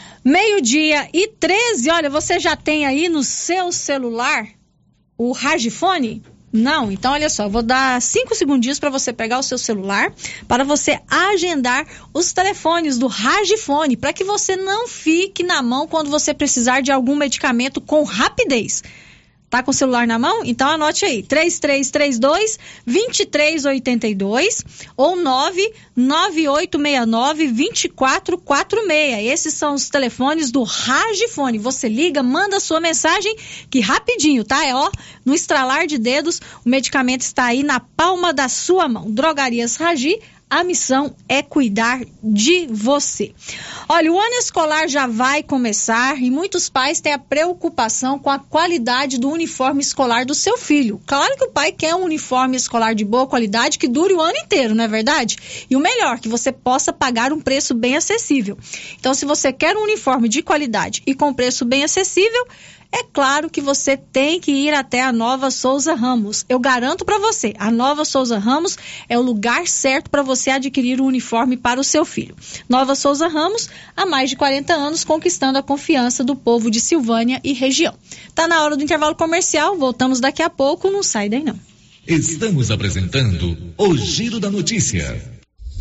Speaker 2: Meio-dia e treze, olha, você já tem aí no seu celular o Ragifone? Não, então olha só, vou dar cinco segundinhos para você pegar o seu celular, para você agendar os telefones do Ragifone, para que você não fique na mão quando você precisar de algum medicamento com rapidez. Tá com o celular na mão? Então anote aí, três três três dois, dois três oito dois ou nove nove oito seis nove, dois quatro quatro seis. Esses são os telefones do Ragifone. Você liga, manda sua mensagem, que rapidinho, tá? É ó, no estralar de dedos, o medicamento está aí na palma da sua mão. Drogarias Ragi, A missão é cuidar de você. Olha, o ano escolar já vai começar e muitos pais têm a preocupação com a qualidade do uniforme escolar do seu filho. Claro que o pai quer um uniforme escolar de boa qualidade que dure o ano inteiro, não é verdade? E o melhor, que você possa pagar um preço bem acessível. Então, se você quer um uniforme de qualidade e com preço bem acessível, é claro que você tem que ir até a Nova Souza Ramos. Eu garanto para você, a Nova Souza Ramos é o lugar certo para você adquirir um uniforme para o seu filho. Nova Souza Ramos, há mais de quarenta anos, conquistando a confiança do povo de Silvânia e região. Tá na hora do intervalo comercial, voltamos daqui a pouco, não sai daí não.
Speaker 21: Estamos apresentando o Giro da Notícia.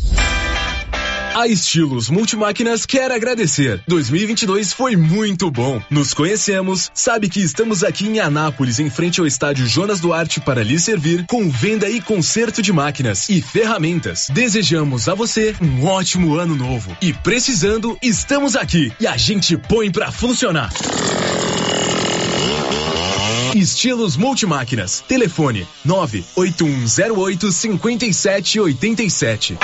Speaker 12: A Estilos Multimáquinas quer agradecer. dois mil e vinte e dois foi muito bom. Nos conhecemos, sabe que estamos aqui em Anápolis, em frente ao estádio Jonas Duarte, para lhe servir com venda e conserto de máquinas e ferramentas. Desejamos a você um ótimo ano novo. E precisando, estamos aqui e a gente põe pra funcionar. Estilos Multimáquinas. Telefone nove oito um zero oito cinco sete oito sete.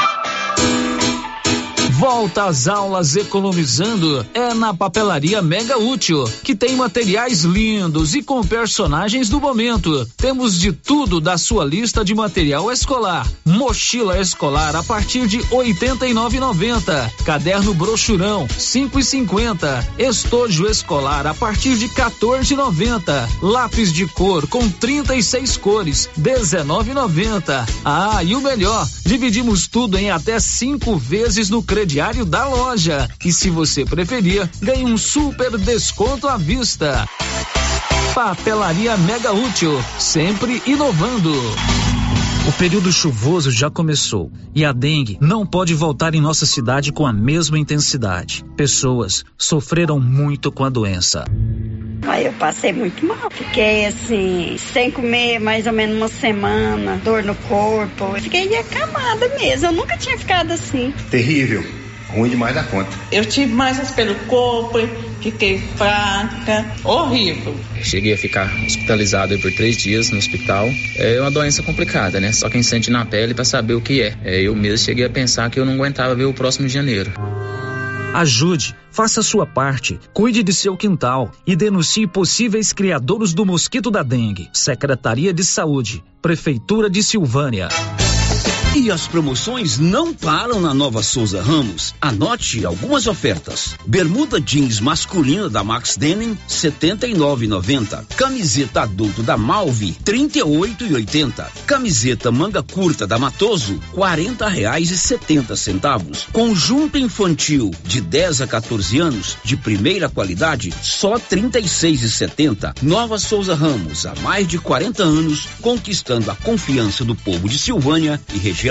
Speaker 4: Volta às aulas economizando é na Papelaria Mega Útil, que tem materiais lindos e com personagens do momento. Temos de tudo da sua lista de material escolar. Mochila escolar a partir de oitenta e nove reais e noventa centavos. Caderno brochurão cinco reais e cinquenta centavos. Estojo escolar a partir de quatorze reais e noventa centavos. Lápis de cor com trinta e seis cores dezenove reais e noventa centavos. Ah, e o melhor, dividimos tudo em até cinco vezes no crediário da loja. E se você preferir, ganhe um super desconto à vista. Papelaria Mega Útil, sempre inovando.
Speaker 7: O período chuvoso já começou e a dengue não pode voltar em nossa cidade com a mesma intensidade. Pessoas sofreram muito com a doença.
Speaker 10: Aí eu passei muito mal, fiquei assim, sem comer mais ou menos uma semana, dor no corpo, fiquei acamada mesmo, eu nunca tinha ficado assim.
Speaker 13: Terrível, ruim demais da conta.
Speaker 14: Eu tive mais pelo corpo, fiquei fraca, horrível.
Speaker 25: Cheguei a ficar hospitalizado por três dias no hospital. É uma doença complicada, né? Só quem sente na pele para saber o que é. é. Eu mesmo cheguei a pensar que eu não aguentava ver o próximo de janeiro.
Speaker 7: Ajude, faça a sua parte, cuide de seu quintal e denuncie possíveis criadouros do mosquito da dengue. Secretaria de Saúde, Prefeitura de Silvânia.
Speaker 26: E as promoções não param na Nova Souza Ramos. Anote algumas ofertas. Bermuda jeans masculina da Max Denim, setenta e nove reais e noventa centavos. Camiseta adulto da Malvi, trinta e oito reais e oitenta centavos. Camiseta manga curta da Matoso, quarenta reais e setenta centavos. Conjunto infantil de dez a quatorze anos, de primeira qualidade, só trinta e seis reais e setenta centavos. Nova Souza Ramos, há mais de quarenta anos, conquistando a confiança do povo de Silvânia e região.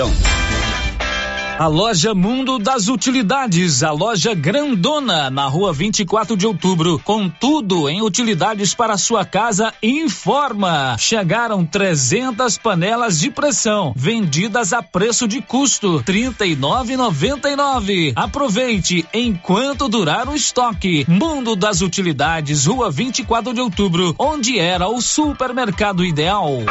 Speaker 4: A loja Mundo das Utilidades, a loja grandona na rua vinte e quatro de outubro, com tudo em utilidades para sua casa, informa. Chegaram trezentas panelas de pressão, vendidas a preço de custo, trinta e nove reais e noventa e nove centavos. Aproveite enquanto durar o estoque. Mundo das Utilidades, rua vinte e quatro de outubro, onde era o supermercado ideal.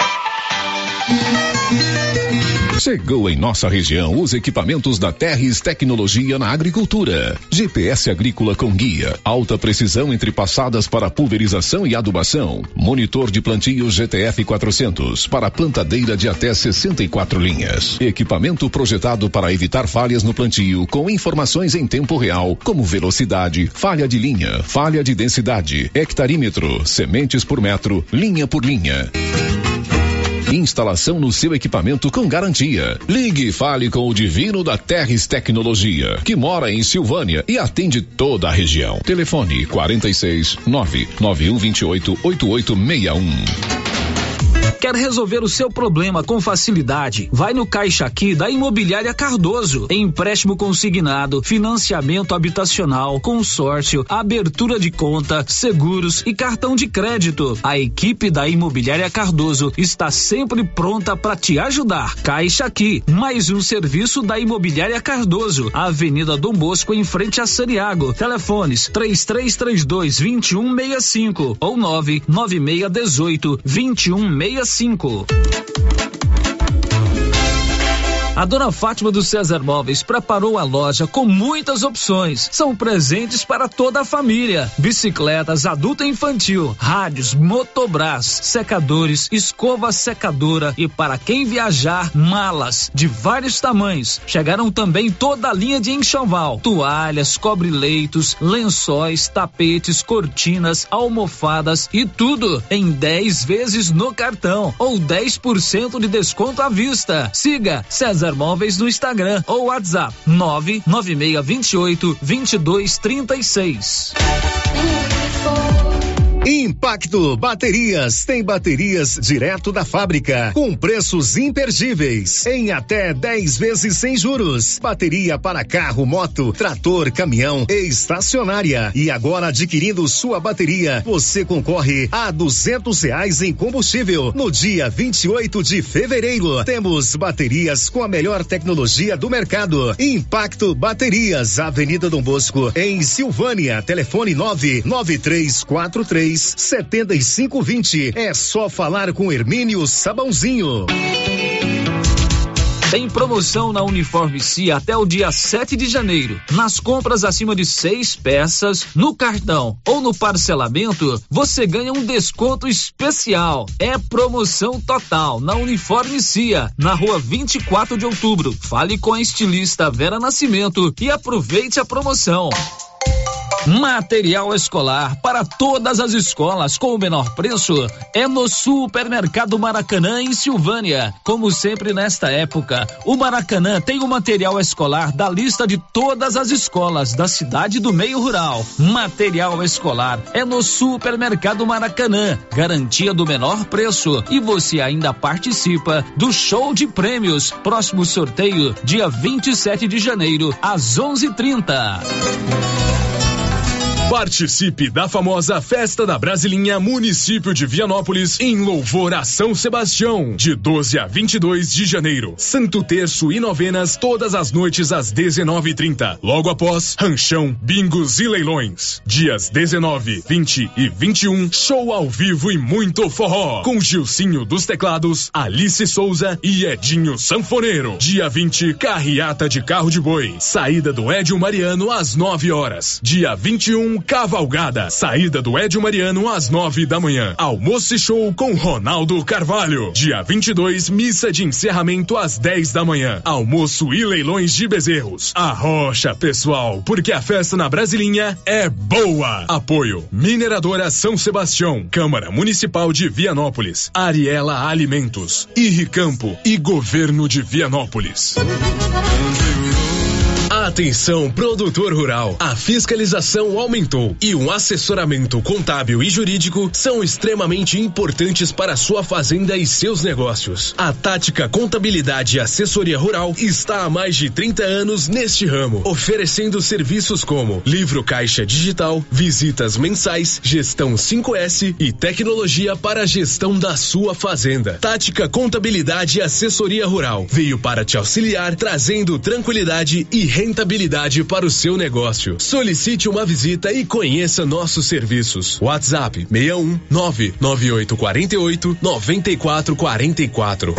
Speaker 1: Chegou em nossa região os equipamentos da Terres Tecnologia na Agricultura. G P S agrícola com guia, alta precisão entre passadas para pulverização e adubação. Monitor de plantio G T F quatrocentos para plantadeira de até sessenta e quatro linhas. Equipamento projetado para evitar falhas no plantio com informações em tempo real, como velocidade, falha de linha, falha de densidade, hectarímetro, sementes por metro, linha por linha. Instalação no seu equipamento com garantia. Ligue e fale com o Divino da Terres Tecnologia, que mora em Silvânia e atende toda a região. Telefone quarenta e seis, nove nove um dois oito, oito oito seis um.
Speaker 7: Quer resolver o seu problema com facilidade? Vai no Caixa Aqui da Imobiliária Cardoso. Empréstimo consignado, financiamento habitacional, consórcio, abertura de conta, seguros e cartão de crédito. A equipe da Imobiliária Cardoso está sempre pronta para te ajudar. Caixa Aqui, mais um serviço da Imobiliária Cardoso. Avenida Dom Bosco, em frente a Saniago. Telefones três três três dois, dois um seis cinco ou nove nove seis um oito, dois um seis cinco. A dona Fátima do César Móveis preparou a loja com muitas opções. São presentes para toda a família. Bicicletas adulta e infantil, rádios, motobras, secadores, escova secadora e para quem viajar, malas de vários tamanhos. Chegaram também toda a linha de enxoval, toalhas, cobre-leitos, lençóis, tapetes, cortinas, almofadas e tudo em dez vezes no cartão ou dez por cento de desconto à vista. Siga César Móveis no Instagram ou WhatsApp nove nove seis dois oito, dois dois três seis.
Speaker 3: Impacto Baterias tem baterias direto da fábrica com preços imperdíveis em até dez vezes sem juros. Bateria para carro, moto, trator, caminhão e estacionária. E agora adquirindo sua bateria, você concorre a duzentos reais em combustível. No dia vinte e oito de fevereiro, temos baterias com a melhor tecnologia do mercado. Impacto Baterias, Avenida Dom Bosco, em Silvânia. Telefone nove nove três quatro três setenta e cinco vinte. É só falar com Hermínio Sabãozinho.
Speaker 7: Tem promoção na Uniforme Cia até o dia sete de janeiro. Nas compras acima de seis peças, no cartão ou no parcelamento, você ganha um desconto especial. É promoção total na Uniforme Cia, na rua vinte e quatro de outubro. Fale com a estilista Vera Nascimento e aproveite a promoção. Material escolar para todas as escolas com o menor preço é no Supermercado Maracanã, em Silvânia. Como sempre nesta época, o Maracanã tem o material escolar da lista de todas as escolas da cidade do meio rural. Material escolar é no Supermercado Maracanã, garantia do menor preço, e você ainda participa do show de prêmios. Próximo sorteio dia vinte e sete de janeiro às onze e trinta.
Speaker 12: Participe da famosa Festa da Brasilinha Município de Vianópolis em louvor a São Sebastião, de doze a vinte e dois de janeiro. Santo Terço e novenas todas as noites às dezenove e trinta. Logo após, ranchão, bingos e leilões. Dias dezenove, vinte e vinte e um, show ao vivo e muito forró. Com Gilcinho dos teclados, Alice Souza e Edinho Sanfoneiro. Dia vinte, carreata de carro de boi. Saída do Édio Mariano às nove horas. Dia vinte e um, cavalgada. Saída do Édio Mariano às nove da manhã. Almoço e show com Ronaldo Carvalho. Dia vinte e dois, missa de encerramento às dez da manhã. Almoço e leilões de bezerros. Arrocha, pessoal, porque a festa na Brasilinha é boa. Apoio Mineradora São Sebastião, Câmara Municipal de Vianópolis, Ariela Alimentos, Irricampo e Governo de Vianópolis. Atenção, produtor rural. A fiscalização aumentou e um assessoramento contábil e jurídico são extremamente importantes para sua fazenda e seus negócios. A Tática Contabilidade e Assessoria Rural está há mais de trinta anos neste ramo, oferecendo serviços como livro caixa digital, visitas mensais, gestão cinco S e tecnologia para a gestão da sua fazenda. Tática Contabilidade e Assessoria Rural veio para te auxiliar, trazendo tranquilidade e rentabilidade para o seu negócio. Solicite uma visita e conheça nossos serviços. WhatsApp seis um nove nove oito quatro oito nove quatro quatro quatro.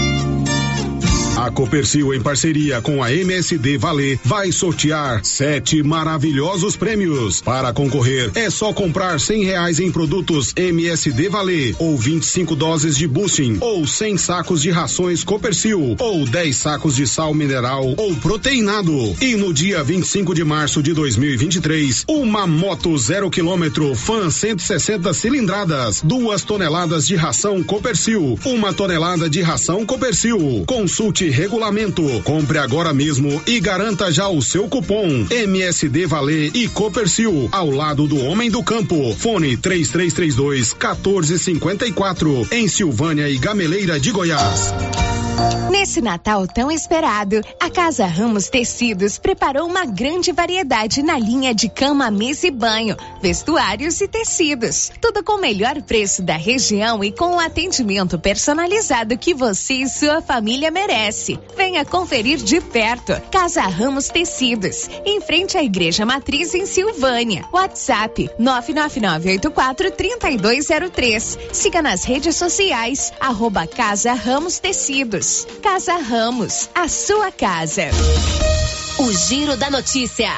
Speaker 16: A Copercil, em parceria com a M S D Valer, vai sortear sete maravilhosos prêmios. Para concorrer, é só comprar cem reais em produtos M S D Valer, ou vinte e cinco doses de boosting, ou cem sacos de rações Copercil, ou dez sacos de sal mineral ou proteinado. E no dia vinte e cinco de março de dois mil e vinte e três, uma moto zero quilômetro Fan cento e sessenta cilindradas, duas toneladas de ração Copercil, uma tonelada de ração Copercil. Consulte regulamento. Compre agora mesmo e garanta já o seu cupom. M S D Valer e Copercil, ao lado do homem do campo. Fone três três três dois, um quatro cinco quatro, em Silvânia e Gameleira de Goiás.
Speaker 15: Nesse Natal tão esperado, a Casa Ramos Tecidos preparou uma grande variedade na linha de cama, mesa e banho, vestuários e tecidos. Tudo com o melhor preço da região e com o atendimento personalizado que você e sua família merece. Venha conferir de perto. Casa Ramos Tecidos, em frente à Igreja Matriz em Silvânia. WhatsApp nove nove nove oito quatro três dois zero três. Siga nas redes sociais, arroba Casa Ramos Tecidos. Ramos. Casa Ramos, a sua casa.
Speaker 17: O Giro da Notícia.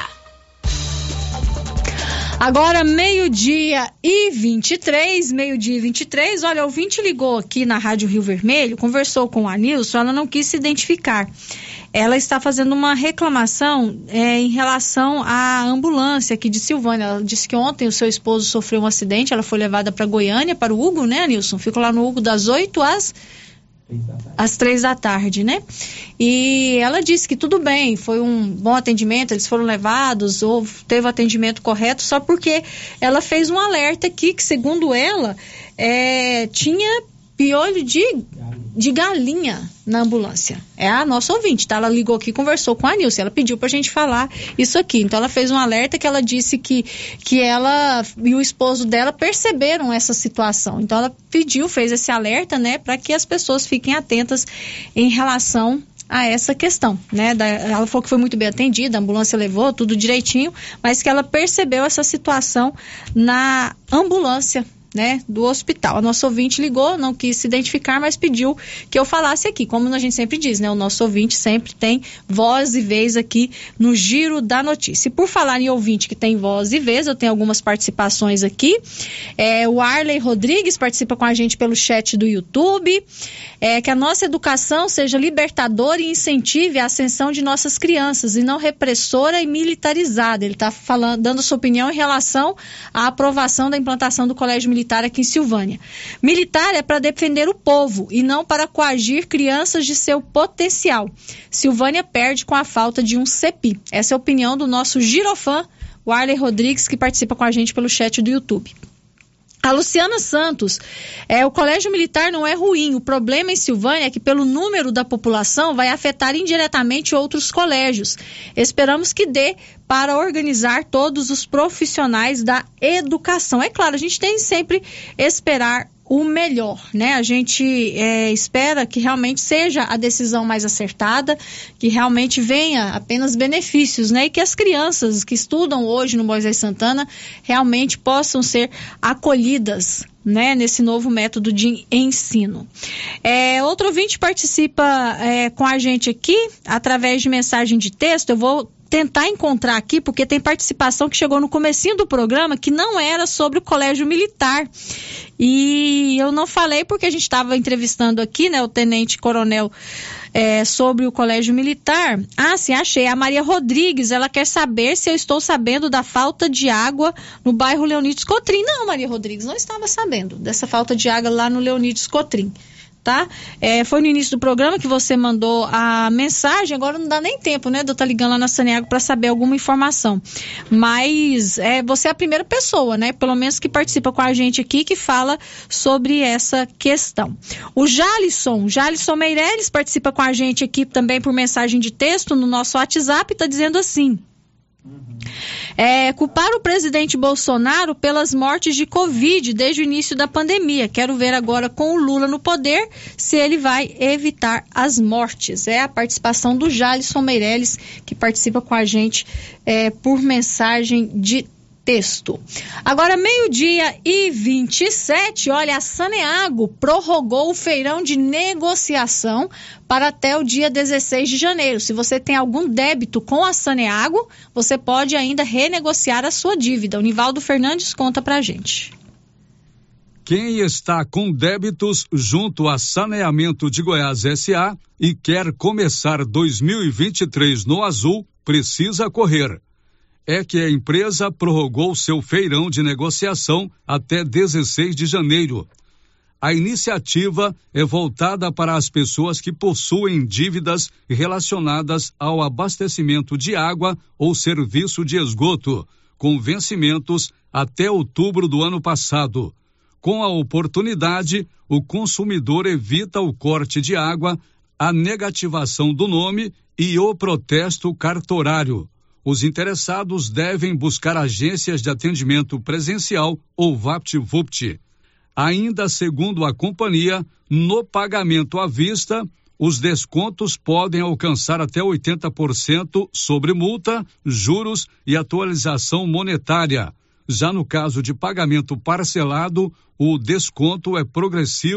Speaker 2: Agora, meio-dia e vinte e três, meio-dia e vinte e três, olha, o ouvinte ligou aqui na Rádio Rio Vermelho, conversou com a Nilson, ela não quis se identificar. Ela está fazendo uma reclamação é, em relação à ambulância aqui de Silvânia. Ela disse que ontem o seu esposo sofreu um acidente, ela foi levada para Goiânia, para o Hugo, né, Nilson? Ficou lá no Hugo das oito às... às três da tarde, né? E ela disse que tudo bem, foi um bom atendimento, eles foram levados, ou teve o atendimento correto, só porque ela fez um alerta aqui, que segundo ela, é, tinha piolho de, de galinha na ambulância. É a nossa ouvinte, tá? Ela ligou aqui, conversou com a Nilce, ela pediu pra gente falar isso aqui. Então ela fez um alerta que ela disse que, que ela e o esposo dela perceberam essa situação. Então ela pediu, fez esse alerta, né, para que as pessoas fiquem atentas em relação a essa questão, né? Da, ela falou que foi muito bem atendida, a ambulância levou tudo direitinho, mas que ela percebeu essa situação na ambulância, né, do hospital. A nossa ouvinte ligou, não quis se identificar, mas pediu que eu falasse aqui. Como a gente sempre diz, né, o nosso ouvinte sempre tem voz e vez aqui no Giro da Notícia. E por falar em ouvinte que tem voz e vez, eu tenho algumas participações aqui. É, o Arley Rodrigues participa com a gente pelo chat do YouTube. É, que a nossa educação seja libertadora e incentive a ascensão de nossas crianças e não repressora e militarizada. Ele está falando, dando sua opinião em relação à aprovação da implantação do Colégio Militar aqui em Silvânia. Militar é para defender o povo e não para coagir crianças de seu potencial. Silvânia perde com a falta de um C E P I. Essa é a opinião do nosso girofã, o Arley Rodrigues, que participa com a gente pelo chat do YouTube. A Luciana Santos, é, o Colégio Militar não é ruim, o problema em Silvânia é que pelo número da população vai afetar indiretamente outros colégios. Esperamos que dê para organizar todos os profissionais da educação. É claro, a gente tem sempre esperar o melhor, né? A gente é, espera que realmente seja a decisão mais acertada, que realmente venha apenas benefícios, né? E que as crianças que estudam hoje no Moisés Santana realmente possam ser acolhidas, né, nesse novo método de ensino. É, outro ouvinte participa é, com a gente aqui através de mensagem de texto. Eu vou tentar encontrar aqui, porque tem participação que chegou no comecinho do programa que não era sobre o Colégio Militar. E eu não falei porque a gente estava entrevistando aqui, né, o Tenente Coronel é, sobre o Colégio Militar. Ah, sim, achei. A Maria Rodrigues, ela quer saber se eu estou sabendo da falta de água no bairro Leonides Cotrim. Não, Maria Rodrigues, não estava sabendo dessa falta de água lá no Leonides Cotrim. Tá? É, foi no início do programa que você mandou a mensagem, agora não dá nem tempo, né, de eu estar ligando lá na Saneago para saber alguma informação, mas é, você é a primeira pessoa, né, pelo menos que participa com a gente aqui, que fala sobre essa questão. O Jalisson, Jalisson Meireles participa com a gente aqui também por mensagem de texto no nosso WhatsApp, está dizendo assim: É, culpar o presidente Bolsonaro pelas mortes de Covid desde o início da pandemia. Quero ver agora com o Lula no poder se ele vai evitar as mortes. É a participação do Jalisson Meireles, que participa com a gente é, por mensagem de texto. Agora, meio-dia e vinte e sete, olha, a Saneago prorrogou o feirão de negociação para até o dia dezesseis de janeiro. Se você tem algum débito com a Saneago, você pode ainda renegociar a sua dívida. O Nivaldo Fernandes conta pra gente.
Speaker 11: Quem está com débitos junto a Saneamento de Goiás S A e quer começar dois mil e vinte e três no azul, precisa correr. É que a empresa prorrogou seu feirão de negociação até dezesseis de janeiro. A iniciativa é voltada para as pessoas que possuem dívidas relacionadas ao abastecimento de água ou serviço de esgoto, com vencimentos até outubro do ano passado. Com a oportunidade, o consumidor evita o corte de água, a negativação do nome e o protesto cartorário. Os interessados devem buscar agências de atendimento presencial ou VaptVupt. Ainda segundo a companhia, no pagamento à vista, os descontos podem alcançar até oitenta por cento sobre multa, juros e atualização monetária. Já no caso de pagamento parcelado, o desconto é progressivo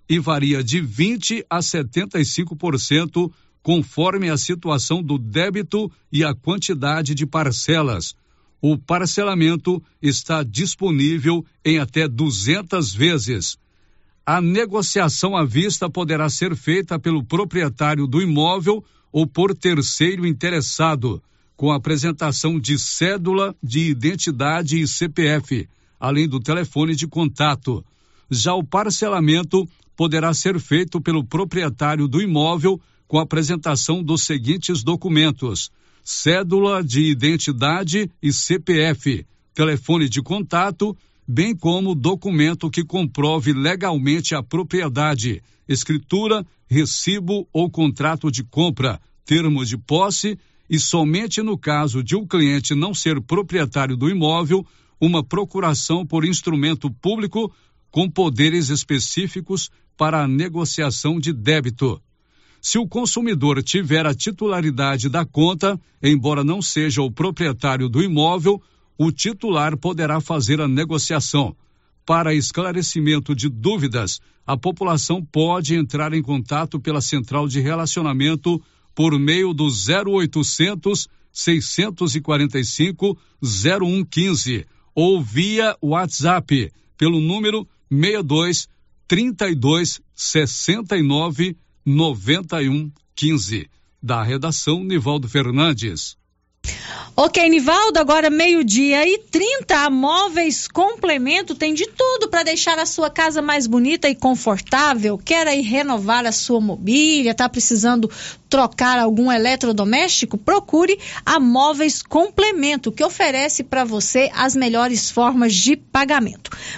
Speaker 11: e varia de vinte a setenta e cinco por cento conforme a situação do débito e a quantidade de parcelas. O parcelamento está disponível em até duzentas vezes. A negociação à vista poderá ser feita pelo proprietário do imóvel ou por terceiro interessado, com a apresentação de cédula de identidade e C P F, além do telefone de contato. Já o parcelamento poderá ser feito pelo proprietário do imóvel com a apresentação dos seguintes documentos: cédula de identidade e C P F, telefone de contato, bem como documento que comprove legalmente a propriedade, escritura, recibo ou contrato de compra, termo de posse e, somente no caso de o cliente não ser proprietário do imóvel, uma procuração por instrumento público com poderes específicos para a negociação de débito. Se o consumidor tiver a titularidade da conta, embora não seja o proprietário do imóvel, o titular poderá fazer a negociação. Para esclarecimento de dúvidas, a população pode entrar em contato pela Central de Relacionamento por meio do zero oitocentos, seiscentos e quarenta e cinco, zero um quinze ou via WhatsApp pelo número seis dois, trinta e dois, sessenta e nove, noventa e um, quinze. Da redação, Nivaldo Fernandes.
Speaker 2: Ok, Nivaldo, agora meio-dia e trinta, a Móveis Complemento tem de tudo para deixar a sua casa mais bonita e confortável. Quer aí renovar a sua mobília, tá precisando trocar algum eletrodoméstico? Procure a Móveis Complemento, que oferece para você as melhores formas de pagamento.